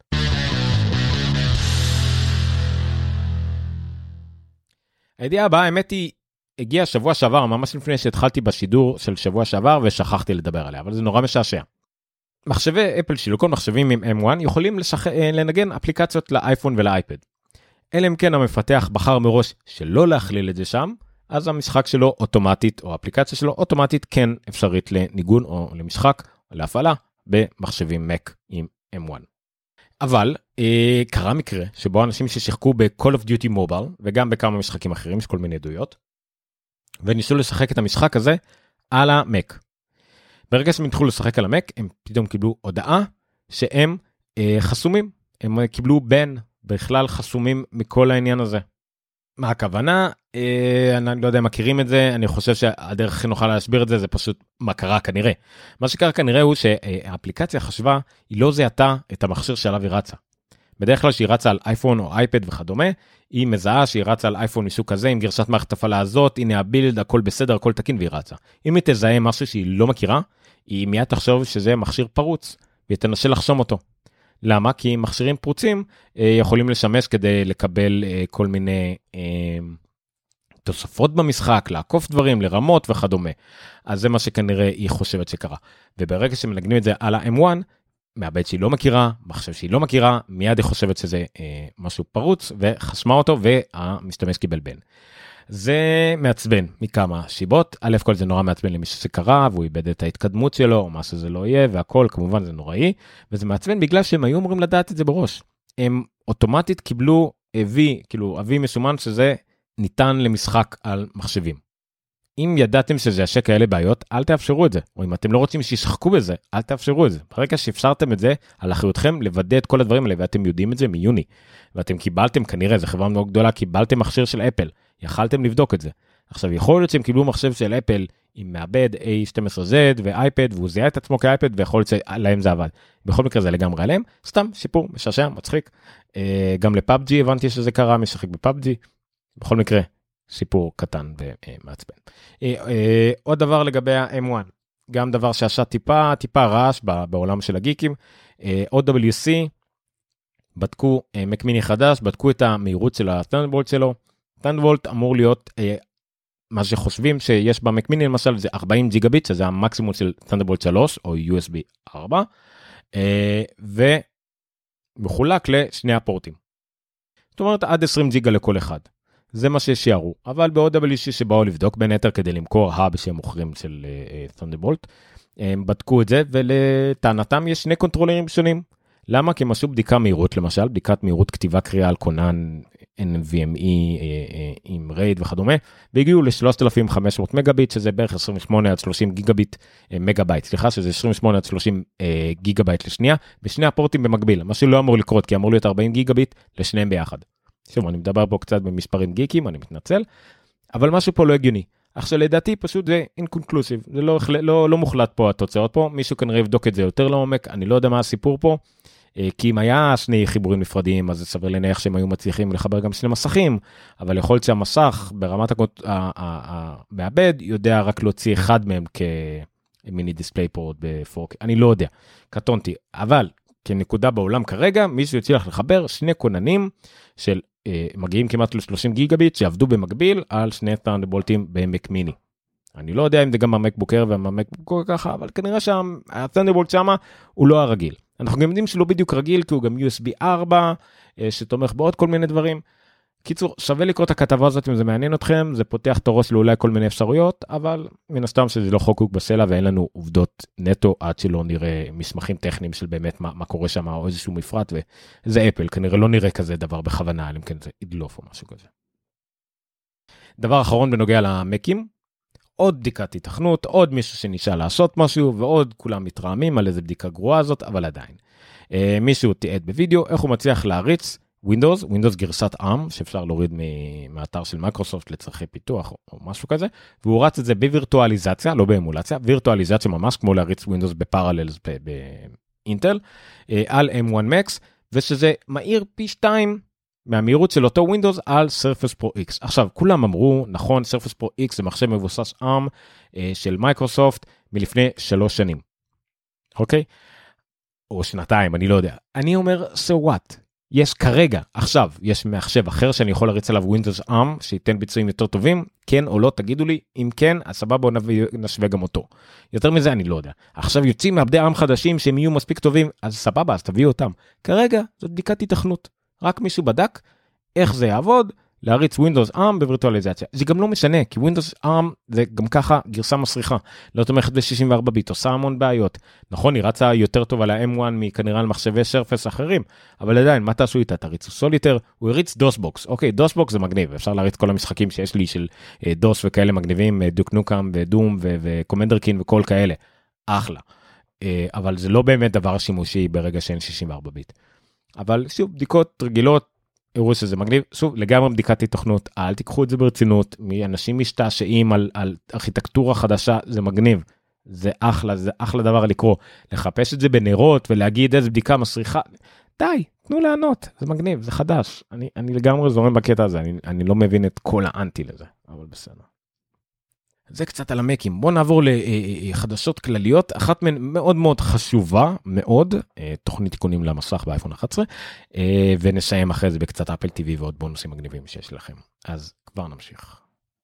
הידיעה הבאה, האמת היא, הגיעה שבוע שעבר, ממש לפני שהתחלתי בשידור של שבוע שעבר, ושכחתי לדבר עליה, אבל זה נורא משעשע. מחשבי אפל סיליקון, מחשבים עם M1, יכולים לנגן אפליקציות לאייפון ולאייפד. אלא אם כן המפתח בחר מראש שלא להכליל את זה שם, אז המשחק שלו אוטומטית, או האפליקציה שלו אוטומטית כן אפשרית לניגון או למשחק, או להפעלה, במחשבים Mac עם M1. אבל קרה מקרה שבו אנשים ששיחקו ב-Call of Duty Mobile, וגם בכמה משחקים אחרים, יש כל מיני עדויות, וניסו לשחק את המשחק הזה על המק. ברגע שהם התחילו לשחק על המק, הם פתאום קיבלו הודעה שהם חסומים. הם קיבלו בן, בכלל חסומים מכל העניין הזה. מה הכוונה? אני לא יודע אם מכירים את זה, אני חושב שהדרך הכי נוכל להסביר את זה, זה פשוט מה קרה כנראה. מה שקרה כנראה הוא שהאפליקציה חשבה, היא לא זיהתה את המכשיר שעליו היא רצה. בדרך כלל שהיא רצה על אייפון או אייפד וכדומה, היא מזהה שהיא רצה על אייפון מסוג כזה, עם גרשת מערכת הפעלה הזאת, הנה הבילד, הכל בסדר, הכל תקין והיא רצה. אם היא תזהה משהו שהיא לא מכירה, היא מיד תחשוב שזה מכשיר פרוץ, והיא תנסה לחסום אותו. למה? כי מכשירים פרוצים יכולים לשמש כדי לקבל כל מיני תוספות במשחק, לעקוף דברים, לרמות וכדומה. אז זה מה שכנראה היא חושבת שקרה. וברגע שמנגנים את זה על ה-M1, מהבית שהיא לא מכירה, מחשב שהיא לא מכירה, מיד היא חושבת שזה משהו פרוץ, וחסמה אותו, והמשתמש קיבל בן. זה מעצבן מכמה שיבות, א' כל זה נורא מעצבן למי שזה קרה, והוא איבד את ההתקדמות שלו, או מה שזה לא יהיה, והכל כמובן זה נוראי, וזה מעצבן בגלל שהם היו אמורים לדעת את זה בראש. הם אוטומטית קיבלו אבי מסומן שזה ניתן למשחק על מחשבים. אם ידעתם שזה השק כאלה בעיות, אל תאפשרו את זה. או אם אתם לא רוצים שישחקו בזה, אל תאפשרו את זה. ברגע שאפשרתם את זה, על אחריותכם לוודא את כל הדברים האלה, ואתם יודעים את זה מיוני. ואתם קיבלתם, כנראה, זו חברה מאוד גדולה, קיבלתם מכשיר של אפל. יכלתם לבדוק את זה. עכשיו, יכול להיות שהם קיבלו מחשב של אפל עם מעבד A12Z ואייפד, והוא זיהה את עצמו כאייפד, ויכול להיות שלהם זה עבד. בכל מקרה זה לגמרי עליהם. סתם, שיפור, משעשע, מצחיק. גם לפאבג'י הבנתי שזה קרה, משחק בפאבג'י. בכל מקרה, סיפור קטן ומעצבן. עוד דבר לגבי ה-M1, גם דבר שעשה טיפה רעש בעולם של הגיקים, OWC, בדקו Mac Mini חדש, בדקו את המהירות של ה-Thunderbolt שלו, Thunderbolt אמור להיות מה שחושבים שיש ב-Mac Mini למשל, זה 40 גיגביט, שזה המקסימום של Thunderbolt 3 או USB 4, ומחולק לשני הפורטים. זאת אומרת, עד 20 ג'יגה לכל אחד. זה מה ששיערו, אבל ב-OWC שבאו לבדוק בין היתר כדי למכור האב שהם מוכרים של Thunderbolt, הם בדקו את זה, ולטענתם יש שני קונטרולרים שונים. למה? כי הם עשו בדיקה מהירות, למשל, בדיקת מהירות כתיבה קריאה על קונן, NVMe עם RAID וכדומה, והגיעו ל-3500 מגביט, שזה בערך 28 עד 30 גיגביט מגבייט, סליחה, שזה 28 עד 30 גיגבייט לשנייה, בשני הפורטים במקביל, מה שלא אמור לקרות, כי אמור להיות 40 גיגביט לשניהם ביחד. שוב, אני מדבר פה קצת במספרים גיקים, אני מתנצל, אבל משהו פה לא הגיוני. עכשיו לדעתי פשוט זה inconclusive, זה לא מוחלט פה התוצאות פה, מישהו כנראה יבדוק את זה יותר לעומק, אני לא יודע מה הסיפור פה, כי אם היה שני חיבורים נפרדים, אז זה סביר להניח שהם היו מצליחים לחבר גם שני מסכים, אבל יכול להיות שהמסך ברמת המעבד יודע רק להוציא אחד מהם כמיני דיספליי פורט ב-4K, אני לא יודע, קטונתי, אבל כנקודה בעולם כרגע, מישהו יצליח לחבר שני כוננים של מגיעים כמעט ל-30 גיגביט שעבדו במקביל על שני Thunderbolt'ים ב-Mac Mini. אני לא יודע אם זה גם ה-MacBook Air וה-MacBook ככה, אבל כנראה שה-Thunderbolt שמה הוא לא הרגיל. אנחנו גם יודעים שלא בדיוק רגיל, כי הוא גם USB 4, שתומך בעוד כל מיני דברים. קיצור, שווה לקרוא את הכתבה הזאת אם זה מעניין אתכם, זה פותח את הראש לאולי כל מיני אפשרויות, אבל מן הסתם שזה לא חוקוק בסלע, ואין לנו עובדות נטו עד שלא נראה מסמכים טכניים של באמת מה קורה שם, או איזשהו מפרט, וזה אפל, כנראה לא נראה כזה דבר בכוונה, אם כן זה ידלוף או משהו כזה. דבר אחרון בנוגע למקים, עוד בדיקת התכנות, עוד מישהו שנשאל לעשות משהו, ועוד כולם מתרעמים על איזה בדיקה גרועה הזאת, אבל עדיין. מישהו תיעד בווידאו, איך הוא מצליח להריץ Windows גרסת ARM, שאפשר להוריד מהאתר של מייקרוסופט לצרכי פיתוח או משהו כזה, והוא רץ את זה בווירטואליזציה, לא באמולציה, וירטואליזציה ממש כמו להריץ Windows בפרללס באינטל, על M1 Max, ושזה מהיר פי 2 מהמהירות של אותו Windows על Surface Pro X. עכשיו, כולם אמרו, נכון, Surface Pro X זה מחשב מבוסס ARM של מייקרוסופט מלפני 3 שנים. אוקיי? או שנתיים, אני לא יודע. אני אומר, so what? יש כרגע, עכשיו, יש מחשב אחר שאני יכול להריץ עליו Windows ARM, שייתן ביצועים יותר טובים, כן או לא, תגידו לי, אם כן, אז סבבה, בואו נשווה גם אותו. יותר מזה, אני לא יודע. עכשיו יוצאים מעבדי ARM חדשים שהם יהיו מספיק טובים, אז סבבה, אז תביאו אותם. כרגע, זאת בדיקת התכנות. רק מישהו בדק איך זה יעבוד, להריץ Windows ARM בווירטואליזציה. זה גם לא משנה, כי Windows ARM זה גם ככה גרסה מסריחה. לא תומכת ב-64 ביט, עושה המון בעיות. נכון, היא רצה יותר טוב על ה-M1 מכנראה על מחשבי שרפס אחרים, אבל עדיין, מה תעשו איתה? תריצו סוליטר, הוא הריץ דוסבוקס. אוקיי, דוסבוקס זה מגניב, אפשר להריץ כל המשחקים שיש לי של דוס וכאלה מגניבים, דוק נוקם ודום וקומנדר קין וכל כאלה. אחלה. אבל זה לא באמת דבר שימושי ברגע שאין 64 ביט. אבל שוב, בדיקות רגילות, הראו שזה מגניב, שוב, לגמרי בדיקת התכנות, אל תיקחו את זה ברצינות, אנשים משתעשעים על ארכיטקטורה חדשה, זה מגניב, זה אחלה דבר לקרוא, לחפש את זה בנרות ולהגיד איזה בדיקה מסריחה, די, תנו לענות, זה מגניב, זה חדש, אני לגמרי זורם בקטע הזה, אני לא מבין את כל האנטי לזה, אבל בסדר. זה קצת על המקים. בואו נעבור לחדשות כלליות, אחת מהן מאוד מאוד חשובה, מאוד, תוכנית תיקונים למסך באייפון 11, ונסיים אחרי זה בקצת אפל TV ועוד בונוסים מגניבים שיש לכם. אז כבר נמשיך.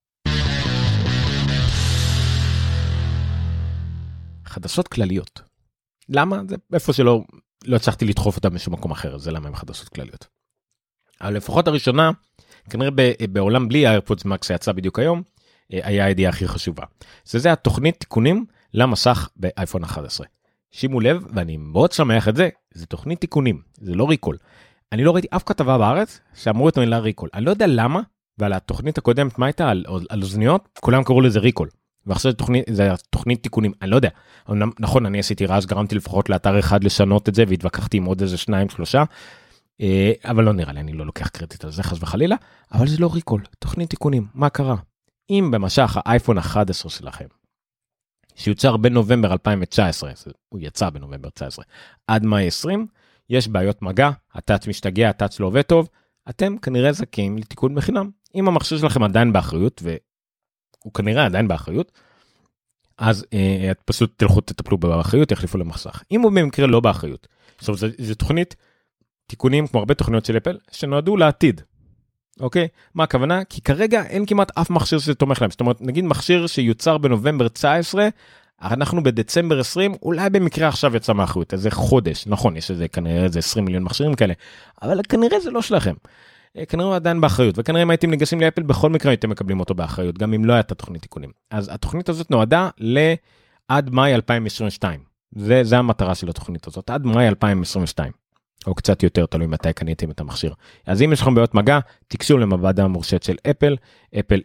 חדשות כלליות. למה? זה איפה שלא הצלחתי לדחוף אותם בשום מקום אחר, זה למה הם חדשות כלליות. אבל לפחות הראשונה, כנראה בעולם בלי האיירפודס מקס שיצא בדיוק היום, היה הידיעה הכי חשובה. זה התוכנית תיקונים למסך באייפון 11. שימו לב, ואני מאוד שמח את זה, זה תוכנית תיקונים, זה לא ריקול. אני לא ראיתי אף כתבה בארץ שאמרו את המילה ריקול. אני לא יודע למה, ועל התוכנית הקודמת, מה הייתה? על אוזניות, כולם קראו לזה ריקול. ועכשיו זה תוכנית תיקונים, אני לא יודע. נכון, אני עשיתי רעש, גרמתי לפחות לאתר אחד לשנות את זה, והתווכחתי עם עוד איזה 2-3, אבל לא נראה לי, אני לא לוקח קרדיט על זה חס וחלילה, אבל זה לא ריקול, תוכנית תיקונים, מה קרה? אם במשך האייפון 11 שלכם, שיוצר בנובמבר 2019, הוא יצא בנובמבר 19, עד מאי 20, יש בעיות מגע, הטאץ' משתגע, הטאץ' לא עובד טוב, אתם כנראה זכאים לתיקון בחינם. אם המכשיר שלכם עדיין באחריות, והוא כנראה עדיין באחריות, אז את פשוט תלכו תטפלו באחריות, יחליפו למסך. אם הוא במקרה לא באחריות, עכשיו זו תוכנית, תיקונים כמו הרבה תוכניות של אפל, שנועדו לעתיד. אוקיי? מה הכוונה? כי כרגע אין כמעט אף מכשיר שתומך להם. זאת אומרת, נגיד מכשיר שיוצר בנובמבר 19, אנחנו בדצמבר 20, אולי במקרה עכשיו יצא מאחריות, איזה חודש. נכון, יש איזה כנראה איזה 20 מיליון מכשירים כאלה, אבל כנראה זה לא שלכם. כנראה הוא עדיין באחריות, וכנראה אם הייתם ניגשים לאפל, בכל מקרה הייתם מקבלים אותו באחריות, גם אם לא הייתה תוכנית תיקונים. אז התוכנית הזאת נועדה עד מאי 2022. זה המטרה של התוכנית הזאת, עד מאי 2022. או קצת יותר, תלוי מתי קניתם את המכשיר. אז אם יש לכם בעיות מגע, תיגשו למעבדה המורשית של אפל, אפל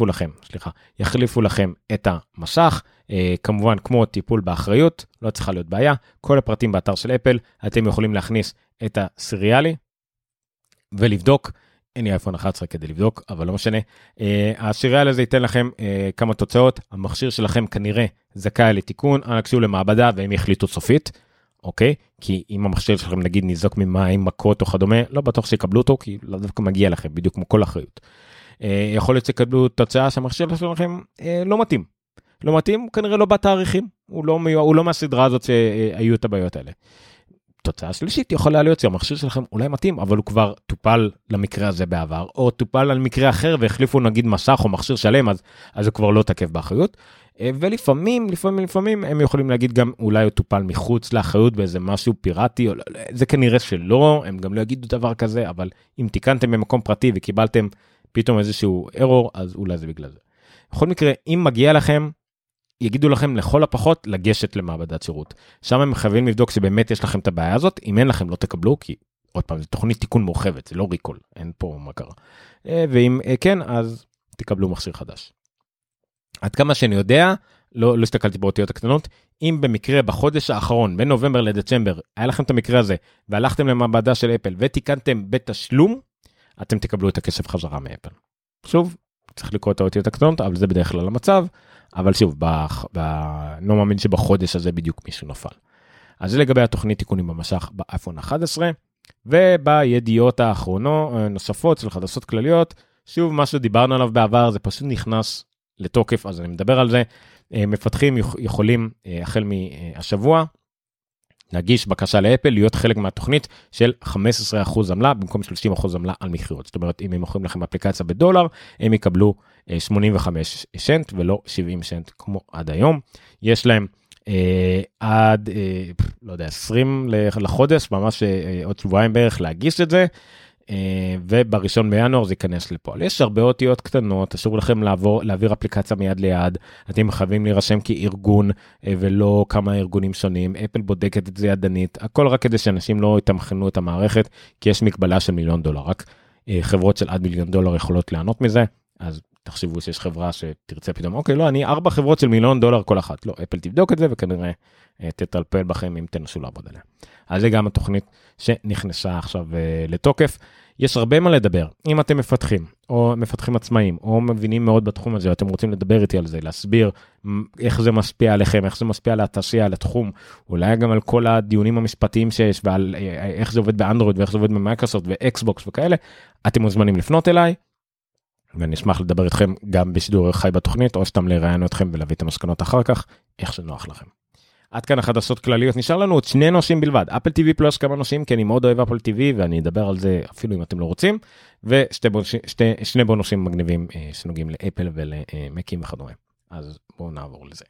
יחליפו לכם את המסך, כמובן כמו טיפול באחריות, לא צריכה להיות בעיה, כל הפרטים באתר של אפל, אתם יכולים להכניס את הסריאלי, ולבדוק, אין לי אייפון 11 כדי לבדוק, אבל לא משנה, הסריאלי הזה ייתן לכם כמה תוצאות, המכשיר שלכם כנראה זכאי לתיקון, אנא גשו למעבדה והם יחליטו סופית, אוקיי? כי אם המכשיר שלכם נגיד ניזוק ממים, מכות או כדומה, לא בטוח שיקבלו אותו, כי לא דווקא מגיע לכם, בדיוק כמו כל אחריות. יכול להיות שיקבלו תוצאה שהמכשיר שלכם לא מתאים. לא מתאים, כנראה לא בתאריכים, הוא לא מהסדרה הזאת שהיו את הבעיות האלה. תוצאה שלישית יכולה להיות שהמכשיר שלכם אולי מתאים, אבל הוא כבר טופל למקרה הזה בעבר, או טופל על מקרה אחר והחליפו נגיד מסך או מכשיר שלם, אז הוא כבר לא תקף באחריות. ולפעמים הם יכולים להגיד גם אולי הוא טופל מחוץ לאחריות באיזה משהו פיראטי, או זה כנראה שלא, הם גם לא יגידו דבר כזה, אבל אם תיקנתם במקום פרטי וקיבלתם פתאום איזשהו error, אז אולי זה בגלל זה. בכל מקרה, אם מגיע לכם, יגידו לכם לכל הפחות לגשת למעבדת שירות. שם הם חייבים לבדוק שבאמת יש לכם את הבעיה הזאת, אם אין לכם לא תקבלו, כי עוד פעם, זה תוכנית תיקון מורחבת, זה לא ריקול, אין פה מה קרה. ואם כן, אז תקבלו מכשיר חדש. עד כמה שאני יודע, לא הסתכלתי באותיות הקטנות, אם במקרה בחודש האחרון, בין נובמבר לדצמבר, היה לכם את המקרה הזה, והלכתם למעבדה של אפל, ותיקנתם בתשלום, אתם תקבלו את הכסף חזרה מאפל. שוב, צריך לקרוא את האותיות הקטנות, אבל זה בדרך כלל המצב, אבל שוב, לא מאמין שבחודש הזה בדיוק מישהו נפל. אז זה לגבי התוכנית תיקונים במשך באייפון 11, ובידיעות האחרונות נוספות של חדשות כלליות, שוב, מה שדיברנו עליו בעבר, זה פשוט נכנס לתוקף, אז אני מדבר על זה. מפתחים יכולים החל מהשבוע להגיש בקשה לאפל, להיות חלק מהתוכנית של 15% עמלה, במקום 30% עמלה על מחירות. זאת אומרת, אם הם מוכרים לכם אפליקציה $1, הם יקבלו 85 סנט ולא 70 סנט כמו עד היום. יש להם עד, לא יודע, 20 לחודש, ממש עוד שבועיים בערך להגיש את זה, ובראשון בינואר זה ייכנס לפועל. יש הרבה אותיות קטנות, אסור לכם להעביר אפליקציה מיד ליד, אתם חייבים להירשם כארגון, ולא כמה ארגונים שונים, אפל בודקת את זה ידנית, הכל רק כדי שאנשים לא יתמחנו את המערכת, כי יש מגבלה של $1,000,000, רק חברות של עד $1,000,000 יכולות לענות מזה, אז תחשבו שיש חברה שתרצה פתאום, אוקיי, לא, אני 4 חברות של $1,000,000 כל אחת, לא, אפל תבדוק את זה, וכנראה תטלפל בכם אם תנסו לעבוד עליה. אז זה גם התוכנית שנכנסה עכשיו לתוקף. יש הרבה מה לדבר. אם אתם מפתחים, או מפתחים עצמאים, או מבינים מאוד בתחום הזה, אתם רוצים לדבר איתי על זה, להסביר איך זה משפיע עליכם, איך זה משפיע על התעשייה, על התחום, אולי גם על כל הדיונים המשפטיים שיש, ועל איך זה עובד באנדרואיד, ואיך זה עובד במייקרוסופט, ואקסבוקס וכאלה, אתם מוזמנים לפנות אליי, ואני אשמח לדבר איתכם גם בשידור חי בתוכנית, או סתם לראיין אתכם ולהביא את המסקנות אחר כך, איך שנוח לכם. עד כאן החדשות כלליות, נשאר לנו עוד 2 נושאים בלבד, אפל TV פלוס כמה נושאים, כי אני מאוד אוהב אפל TV, ואני אדבר על זה אפילו אם אתם לא רוצים, ושני בונוסים מגניבים שנוגעים לאפל ולמקים וכדומה. אז בואו נעבור לזה.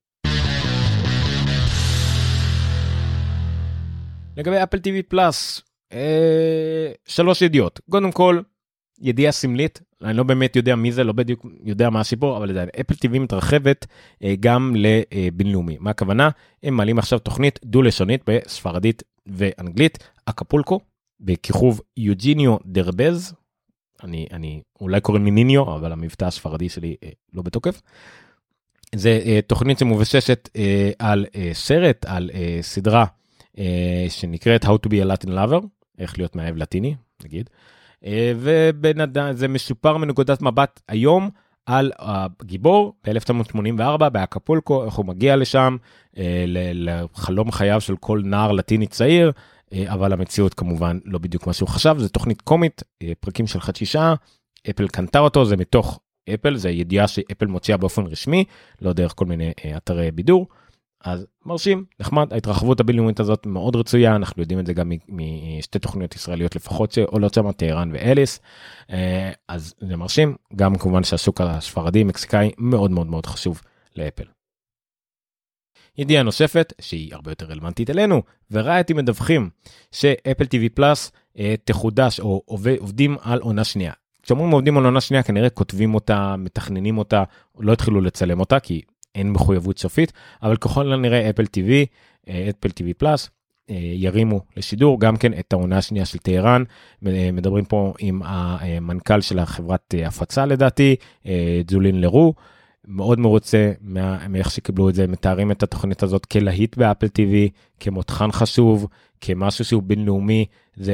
לגבי אפל TV פלוס, 3 ידיעות. קודם כל, ידיעה סמלית, אני לא באמת יודע מי זה, לא בדיוק יודע מה הסיפור, אבל אפל TV מתרחבת גם לבינלאומי. מה הכוונה? הם מעלים עכשיו תוכנית דו-לשונית בספרדית ואנגלית, אקפולקו, בכיכוב יוג'יניו דרבז, אני אולי קוראים לי ניניו, אבל המבטא הספרדי שלי לא בתוקף. זה תוכנית שמובססת על סרט, על סדרה שנקראת How to be a Latin Lover, איך להיות מאהב לטיני, נגיד. וזה משופר מנקודת מבט היום על הגיבור ב-1984 באקפולקו, איך הוא מגיע לשם לחלום חייו של כל נער לטיני צעיר, אבל המציאות כמובן לא בדיוק מה שהוא חשב. זה תוכנית קומית, פרקים של 0.5 שעה, אפל קנתה אותו, זה מתוך אפל, זה ידיעה שאפל מוציאה באופן רשמי, לא דרך כל מיני אתרי בידור. אז מרשים, נחמד, ההתרחבות הבינלאומית הזאת מאוד רצויה, אנחנו יודעים את זה גם משתי תוכניות ישראליות לפחות שעולות שם, טהרן ואליס, אז זה מרשים, גם כמובן שהשוק הספרדי, מקסיקאי, מאוד מאוד מאוד חשוב לאפל. ידיעה נוספת, שהיא הרבה יותר רלוונטית אלינו, וראיתי מדווחים שאפל TV פלאס תחודש, או עובדים על עונה שנייה. כשאומרים עובדים על עונה שנייה, כנראה כותבים אותה, מתכננים אותה, לא התחילו לצלם אותה, כי אין מחויבות סופית, אבל ככל הנראה אפל TV פלאס, ירימו לשידור גם כן את העונה השנייה של טהרן, מדברים פה עם המנכ"ל של החברת הפצה לדעתי, ג'ולין לרו, מאוד מרוצה מאיך שקיבלו את זה, מתארים את התוכנית הזאת כלהיט באפל TV, כמותחן חשוב, כמשהו שהוא בינלאומי,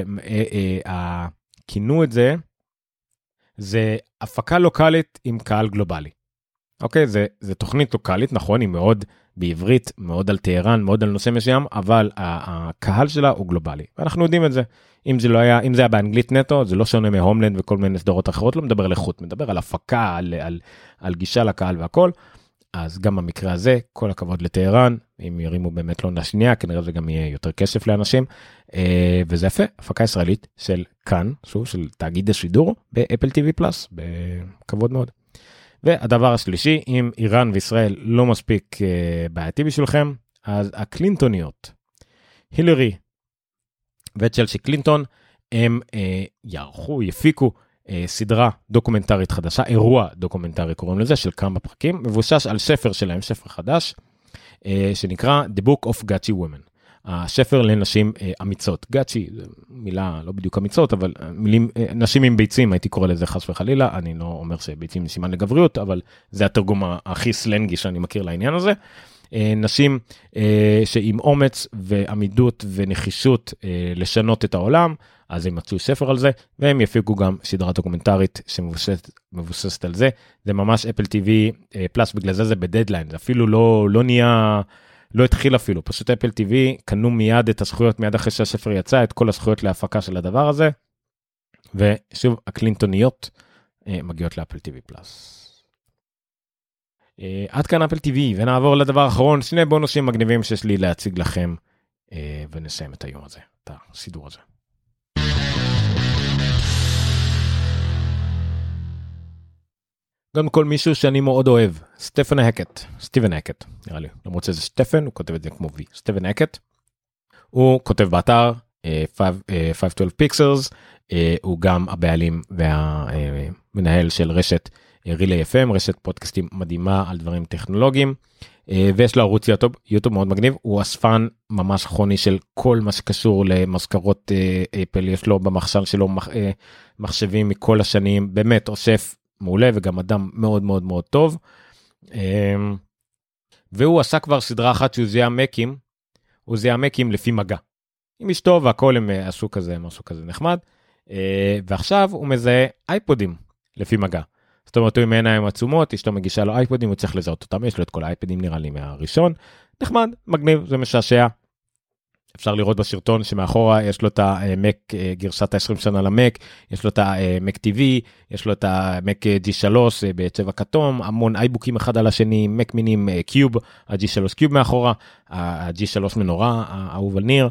כינו את זה, זה הפקה לוקלית עם קהל גלובלי. אוקיי, זה תוכנית לוקלית, נכון, היא מאוד בעברית, מאוד על טהרן, מאוד על נושא מסוים, אבל הקהל שלה הוא גלובלי. ואנחנו יודעים את זה. אם זה היה באנגלית נטו, זה לא שונה מהומלנד וכל מיני סדרות אחרות, לא מדבר על איכות, מדבר על הפקה, על גישה לקהל והכל. אז גם במקרה הזה, כל הכבוד לטהרן, אם ירימו באמת לא נשנייה, כנראה זה גם יהיה יותר כסף לאנשים, וזה יפה, הפקה ישראלית של כאן, שוב, של תאגיד השידור, באפל TV פלאס, בכבוד מאוד. והדבר השלישי, אם איראן וישראל לא מספיק בעייתי בשבילכם, אז הקלינטוניות, הילרי וצ'לסי קלינטון, הם יפיקו סדרה דוקומנטרית חדשה, אירוע דוקומנטרי קוראים לזה, של כמה פרקים, מבושש על ספר שלהם, ספר חדש, שנקרא The Book of Gachi Women. הספר לנשים אמיצות. גאצ'י, מילה לא בדיוק אמיצות, אבל מילים, נשים עם ביצים, הייתי קורא לזה חס וחלילה, אני לא אומר שביצים זה סימן לגבריות, אבל זה התרגום הכי סלנגי שאני מכיר לעניין הזה. נשים שעם אומץ ועמידות ונחישות לשנות את העולם, אז הם מצאו ספר על זה, והם יפיקו גם סדרה דוקומנטרית שמבוססת על זה. זה ממש אפל TV פלאס, בגלל זה בדדליין, זה אפילו לא נהיה, לא התחיל אפילו, פשוט אפל TV קנו מיד את הזכויות, מיד אחרי שהספר יצא, את כל הזכויות להפקה של הדבר הזה, ושוב, הקלינטוניות מגיעות לאפל TV פלאס. עד כאן אפל TV, ונעבור לדבר האחרון, שני בונוסים מגניבים שיש לי להציג לכם, ונסיים את היום הזה, את הסידור הזה. גם כל מישהו שאני מאוד אוהב, סטיבן הקט, נראה לי, למרות שזה סטפן, הוא כותב את זה כמו V, סטיבן הקט, הוא כותב באתר 512 פיקסלס, הוא גם הבעלים והמנהל של רשת רילי FM, רשת פודקאסטים מדהימה על דברים טכנולוגיים, ויש לו ערוץ יוטיוב מאוד מגניב, הוא אספן ממש כרוני של כל מה שקשור למזכרות אפל, יש לו במחשב שלו מחשבים מכל השנים, באמת אוסף מעולה וגם אדם מאוד מאוד מאוד טוב, והוא עשה כבר סדרה אחת שהוא זיהה מקים לפי מגע, עם אשתו והכל הם עשו כזה, משהו כזה נחמד, ועכשיו הוא מזהה אייפודים לפי מגע, זאת אומרת הוא עם עיניים עצומות, אשתו מגישה לו אייפודים, הוא צריך לזהות אותם, יש לו את כל האייפדים נראה לי מהראשון, נחמד, מגניב, זה משעשע, אפשר לראות בסרטון שמאחורה יש לו את המק, גרשת ה-20 שנה למק, יש לו את המק TV, יש לו את המק G3 בצבע כתום, המון אייבוקים אחד על השני, מק מינים קיוב, ה-G3 קיוב מאחורה, ה-G3 מנורה, האהוב על ניר,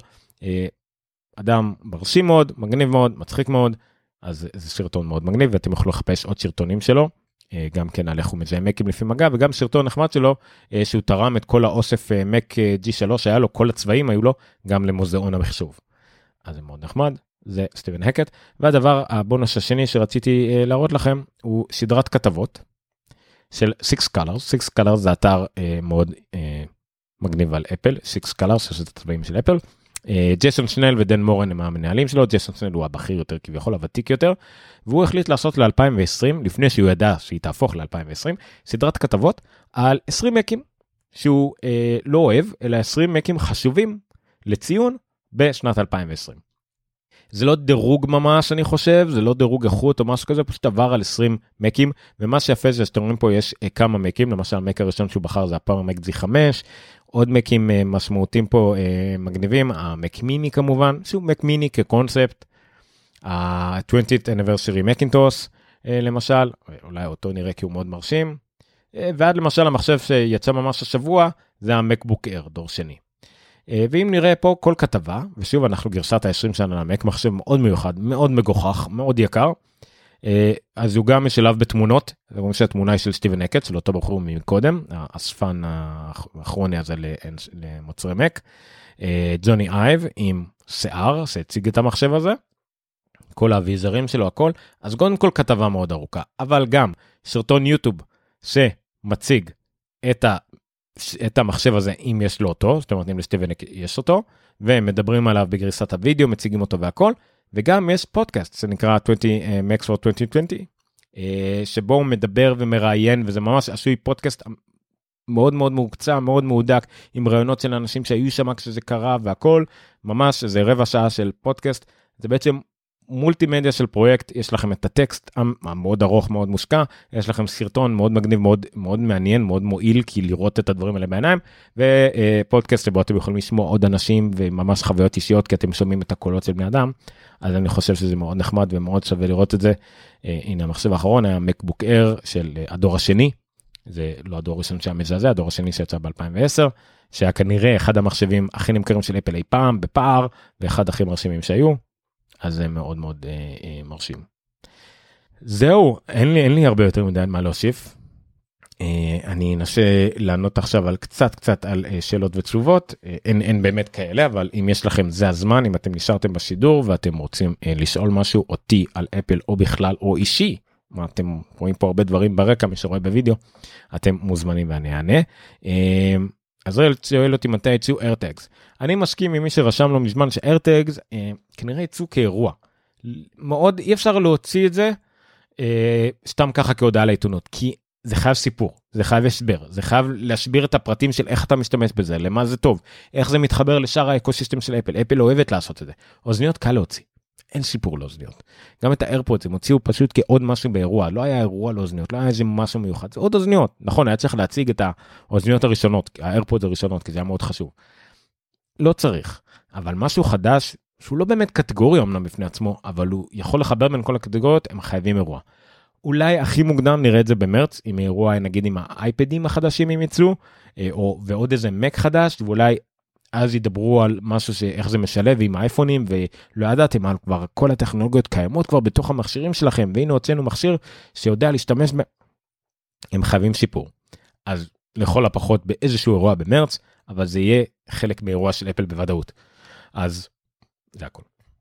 אדם מרשים מאוד, מגניב מאוד, מצחיק מאוד, אז זה סרטון מאוד מגניב, ואתם יכולו לחפש עוד סרטונים שלו, גם כן על איך הוא מזהה מקים לפי מגע, וגם סרטון נחמד שלו, שהוא תרם את כל האוסף מק G3, היה לו כל הצבעים, היו לו גם למוזיאון המחשוב. אז זה מאוד נחמד, זה סטיבן הקט, והדבר, הבונוס השני שרציתי להראות לכם, הוא סדרת כתבות, של Six Colors זה אתר מאוד מגניב על אפל, Six Colors, שזה הצבעים של אפל, ג'ייסון שנל ודן מורן הם המנהלים שלו, ג'ייסון שנל הוא הבכיר יותר כביכול, הוותיק יותר, והוא החליט לעשות ל-2020, לפני שהוא ידע שהיא תהפוך ל-2020, סדרת כתבות על 20 מקים, שהוא לא אוהב, אלא 20 מקים חשובים לציון בשנת 2020. זה לא דירוג ממש אני חושב, זה לא דירוג איכות או משהו כזה, פשוט עבר על 20 מקים, ומה שיפה זה שאתם רואים פה יש כמה מקים, למשל המק הראשון שהוא בחר זה הפאוור מק G5, עוד מקים משמעותיים פה מגניבים, המק מיני כמובן, שהוא מק מיני כקונספט, ה-20th anniversary מקינטוס למשל, אולי אותו נראה כי הוא מאוד מרשים, ועד למשל המחשב שיצא ממש השבוע, זה המקבוק אייר, דור שני. ואם נראה פה כל כתבה, ושוב אנחנו גרשת ה-20 שנה למק, מחשב מאוד מיוחד, מאוד מגוחך, מאוד יקר, אז הוא גם משלב בתמונות, זה אומר שהתמונה היא של סטיבן הקט, של אותו בחור מקודם, האספן האחרוני הזה למוצרי מק, ג'וני אייב עם שיער, שהציג את המחשב הזה, כל האביזרים שלו, הכל, אז קודם כל כתבה מאוד ארוכה, אבל גם סרטון יוטיוב שמציג את המחשב הזה, אם יש לו אותו, זאת אומרת, אם לסטיבן יש אותו, ומדברים עליו בגריסת הוידאו, מציגים אותו והכל, וגם יש פודקאסט שנקרא 20 Macs for 2020, שבו הוא מדבר ומראיין, וזה ממש עשוי פודקאסט מאוד מאוד מוקצע, מאוד מעודק, עם רעיונות של אנשים שהיו שם כשזה קרה והכל, ממש זה רבע שעה של פודקאסט, זה בעצם מולטימדיה של פרויקט, יש לכם את הטקסט המאוד ארוך, מאוד מושקע, יש לכם סרטון מאוד מגניב, מאוד, מאוד מעניין, מאוד מועיל, כי לראות את הדברים האלה בעיניים, ופודקאסט שבו אתם יכולים לשמוע עוד אנשים, וממש חוויות אישיות, כי אתם שומעים את הקולות של בני אדם, אז אני חושב שזה מאוד נחמד, ומאוד שווה לראות את זה. הנה המחשב האחרון, היה מקבוק אייר של הדור השני, זה לא הדור הראשון שהיה מזעזע, הדור השני שיצא ב-2010, שהיה כנראה אחד המחשבים הכי נמכרים של אפל אי פעם, בפער, ואחד הכי מרשימים שהיו. אז זה מאוד מאוד מרשים. זהו, אין לי הרבה יותר מדי מה להוסיף. אני אנסה לענות עכשיו על קצת על שאלות ותשובות, אין באמת כאלה, אבל אם יש לכם זה הזמן, אם אתם נשארתם בשידור ואתם רוצים לשאול משהו אותי על אפל או בכלל או אישי, מה אתם רואים פה הרבה דברים ברקע, מי שרואה בווידאו, אתם מוזמנים ואני אענה. אז שואל אותי מתי יצאו AirTags. אני מסכים עם מי שרשם לו מזמן ש-AirTags כנראה יצאו כאירוע. מאוד אי אפשר להוציא את זה סתם ככה כהודעה לעיתונות, כי זה חייב סיפור, זה חייב הסבר, זה חייב להסביר את הפרטים של איך אתה משתמש בזה, למה זה טוב, איך זה מתחבר לשאר האקוסיסטם של אפל. אפל אוהבת לעשות את זה. אוזניות קל להוציא. אין סיפור לאוזניות. גם את האיירפודס הם הוציאו פשוט כעוד משהו באירוע, לא היה אירוע לאוזניות, לא היה איזה משהו מיוחד, זה עוד אוזניות. נכון, היה צריך להציג את האוזניות הראשונות, האיירפודס הראשונות, כי זה היה מאוד חשוב. לא צריך, אבל משהו חדש, שהוא לא באמת קטגוריה אמנם בפני עצמו, אבל הוא יכול לחבר בין כל הקטגוריות, הם חייבים אירוע. אולי הכי מוקדם נראה את זה במרץ, עם אירוע נגיד עם האייפדים החדשים אם יצאו, ועוד איזה מק חדש, ואולי אז ידברו על משהו שאיך זה משלב עם האייפונים, ולא ידעתם על כבר כל הטכנולוגיות קיימות כבר בתוך המכשירים שלכם, והנה הוצאנו מכשיר שיודע להשתמש הם חייבים שיפור. אז לכל הפחות באיזשהו אירוע במרץ, אבל זה יהיה חלק מאירוע של אפל בוודאות. אז זה הכל.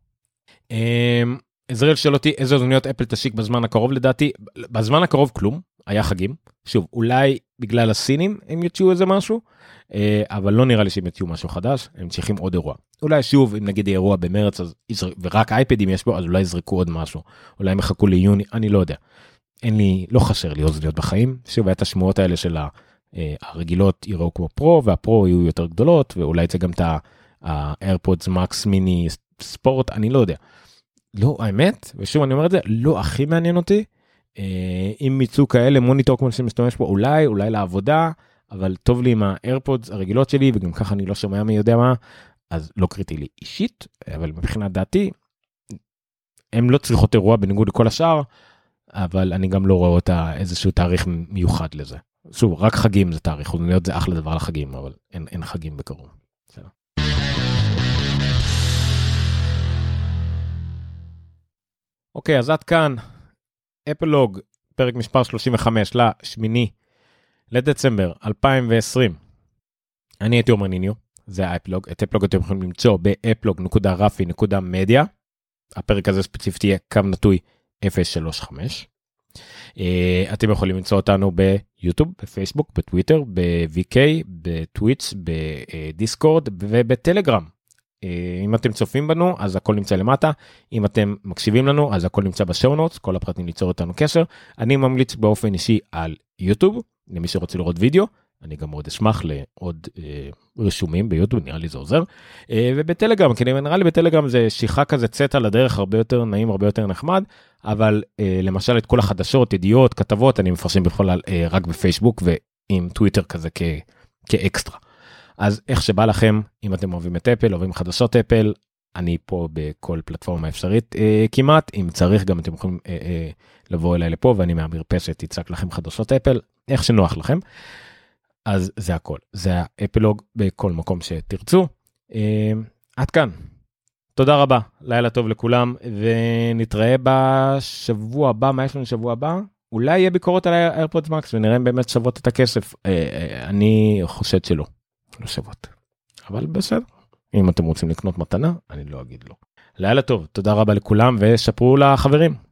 עזריאל שואל אותי איזה אוזניות אפל תשיק בזמן הקרוב. לדעתי בזמן הקרוב כלום, היה חגים, שוב אולי בגלל הסינים הם יוציאו איזה משהו, אבל לא נראה לי שהם יוציאו משהו חדש, הם צריכים עוד אירוע. אולי שוב אם נגיד אירוע במרץ ורק אייפדים יש בו, אז אולי יזרקו עוד משהו, אולי הם יחכו ליוני, אני לא יודע. לא חסר לי אוזניות בחיים, שוב היה את השמועות האלה של הרגילות יראו כמו פרו, והפרו יהיו יותר גדולות, ואולי זה גם את ה-AirPods Max מיני ספורט, אני לא יודע. לא, האמת, ושוב אני אומר את זה, לא הכי מעניין אותי, אם יצאו כאלה מוניטור כמו שמשתמש פה, אולי לעבודה, אבל טוב לי עם ה-AirPods הרגילות שלי, וגם ככה אני לא שומע מי יודע מה, אז לא קריטי לי אישית, אבל מבחינת דעתי, הם לא צריכות אירוע בניגוד לכל השאר, אבל אני גם לא רואה אותה איזשהו תאריך מיוחד לזה. שוב, רק חגים זה תאריך, אוזניות זה אחלה דבר לחגים, אבל אין חגים בקרוב. בסדר. אוקיי, אז עד כאן, אפלוג, פרק מספר 35 לשמיני לדצמבר 2020. אני הייתי עומר ניניו, זה האפלוג. את אפלוג אתם יכולים למצוא באפלוג.רפי.מדיה. הפרק הזה ספציפית יהיה _035. אתם יכולים למצוא אותנו ביוטיוב, בפייסבוק, בטוויטר, ב-VK, בטוויץ', בדיסקורד ובטלגרם. אם אתם צופים בנו, אז הכל נמצא למטה. אם אתם מקשיבים לנו, אז הכל נמצא בשואו נוטס, כל הפרטים ליצור אותנו קשר. אני ממליץ באופן אישי על יוטיוב, למי שרוצה לראות וידאו. אני גם מאוד אשמח לעוד רשומים ביוטיוב, נראה לי זה עוזר. ובטלגרם, כי נראה לי בטלגרם זה שיחה כזה צטע לדרך הרבה יותר נעים, הרבה יותר נחמד, אבל למשל את כל החדשות, ידיעות, כתבות, אני מפרסם בכלל רק בפייסבוק ועם טוויטר כזה כאקסטרה. אז איך שבא לכם, אם אתם אוהבים את אפל, אוהבים חדשות אפל, אני פה בכל פלטפורמה אפשרית כמעט, אם צריך גם אתם יכולים לבוא אליי לפה, ואני מהמרפסת יצק לכם חדשות אפל, איך שנוח לכם. אז זה הכל, זה האפלוג בכל מקום שתרצו. עד כאן, תודה רבה, לילה טוב לכולם, ונתראה בשבוע הבא. מה יש לנו שבוע הבא? אולי יהיה ביקורות על האיירפודס מקס, ונראה אם באמת שוות את הכסף. אני חושד שלא, לא שוות, אבל בסדר. אם אתם רוצים לקנות מתנה, אני לא אגיד לא. לילה טוב, תודה רבה לכולם, ושפרו לחברים.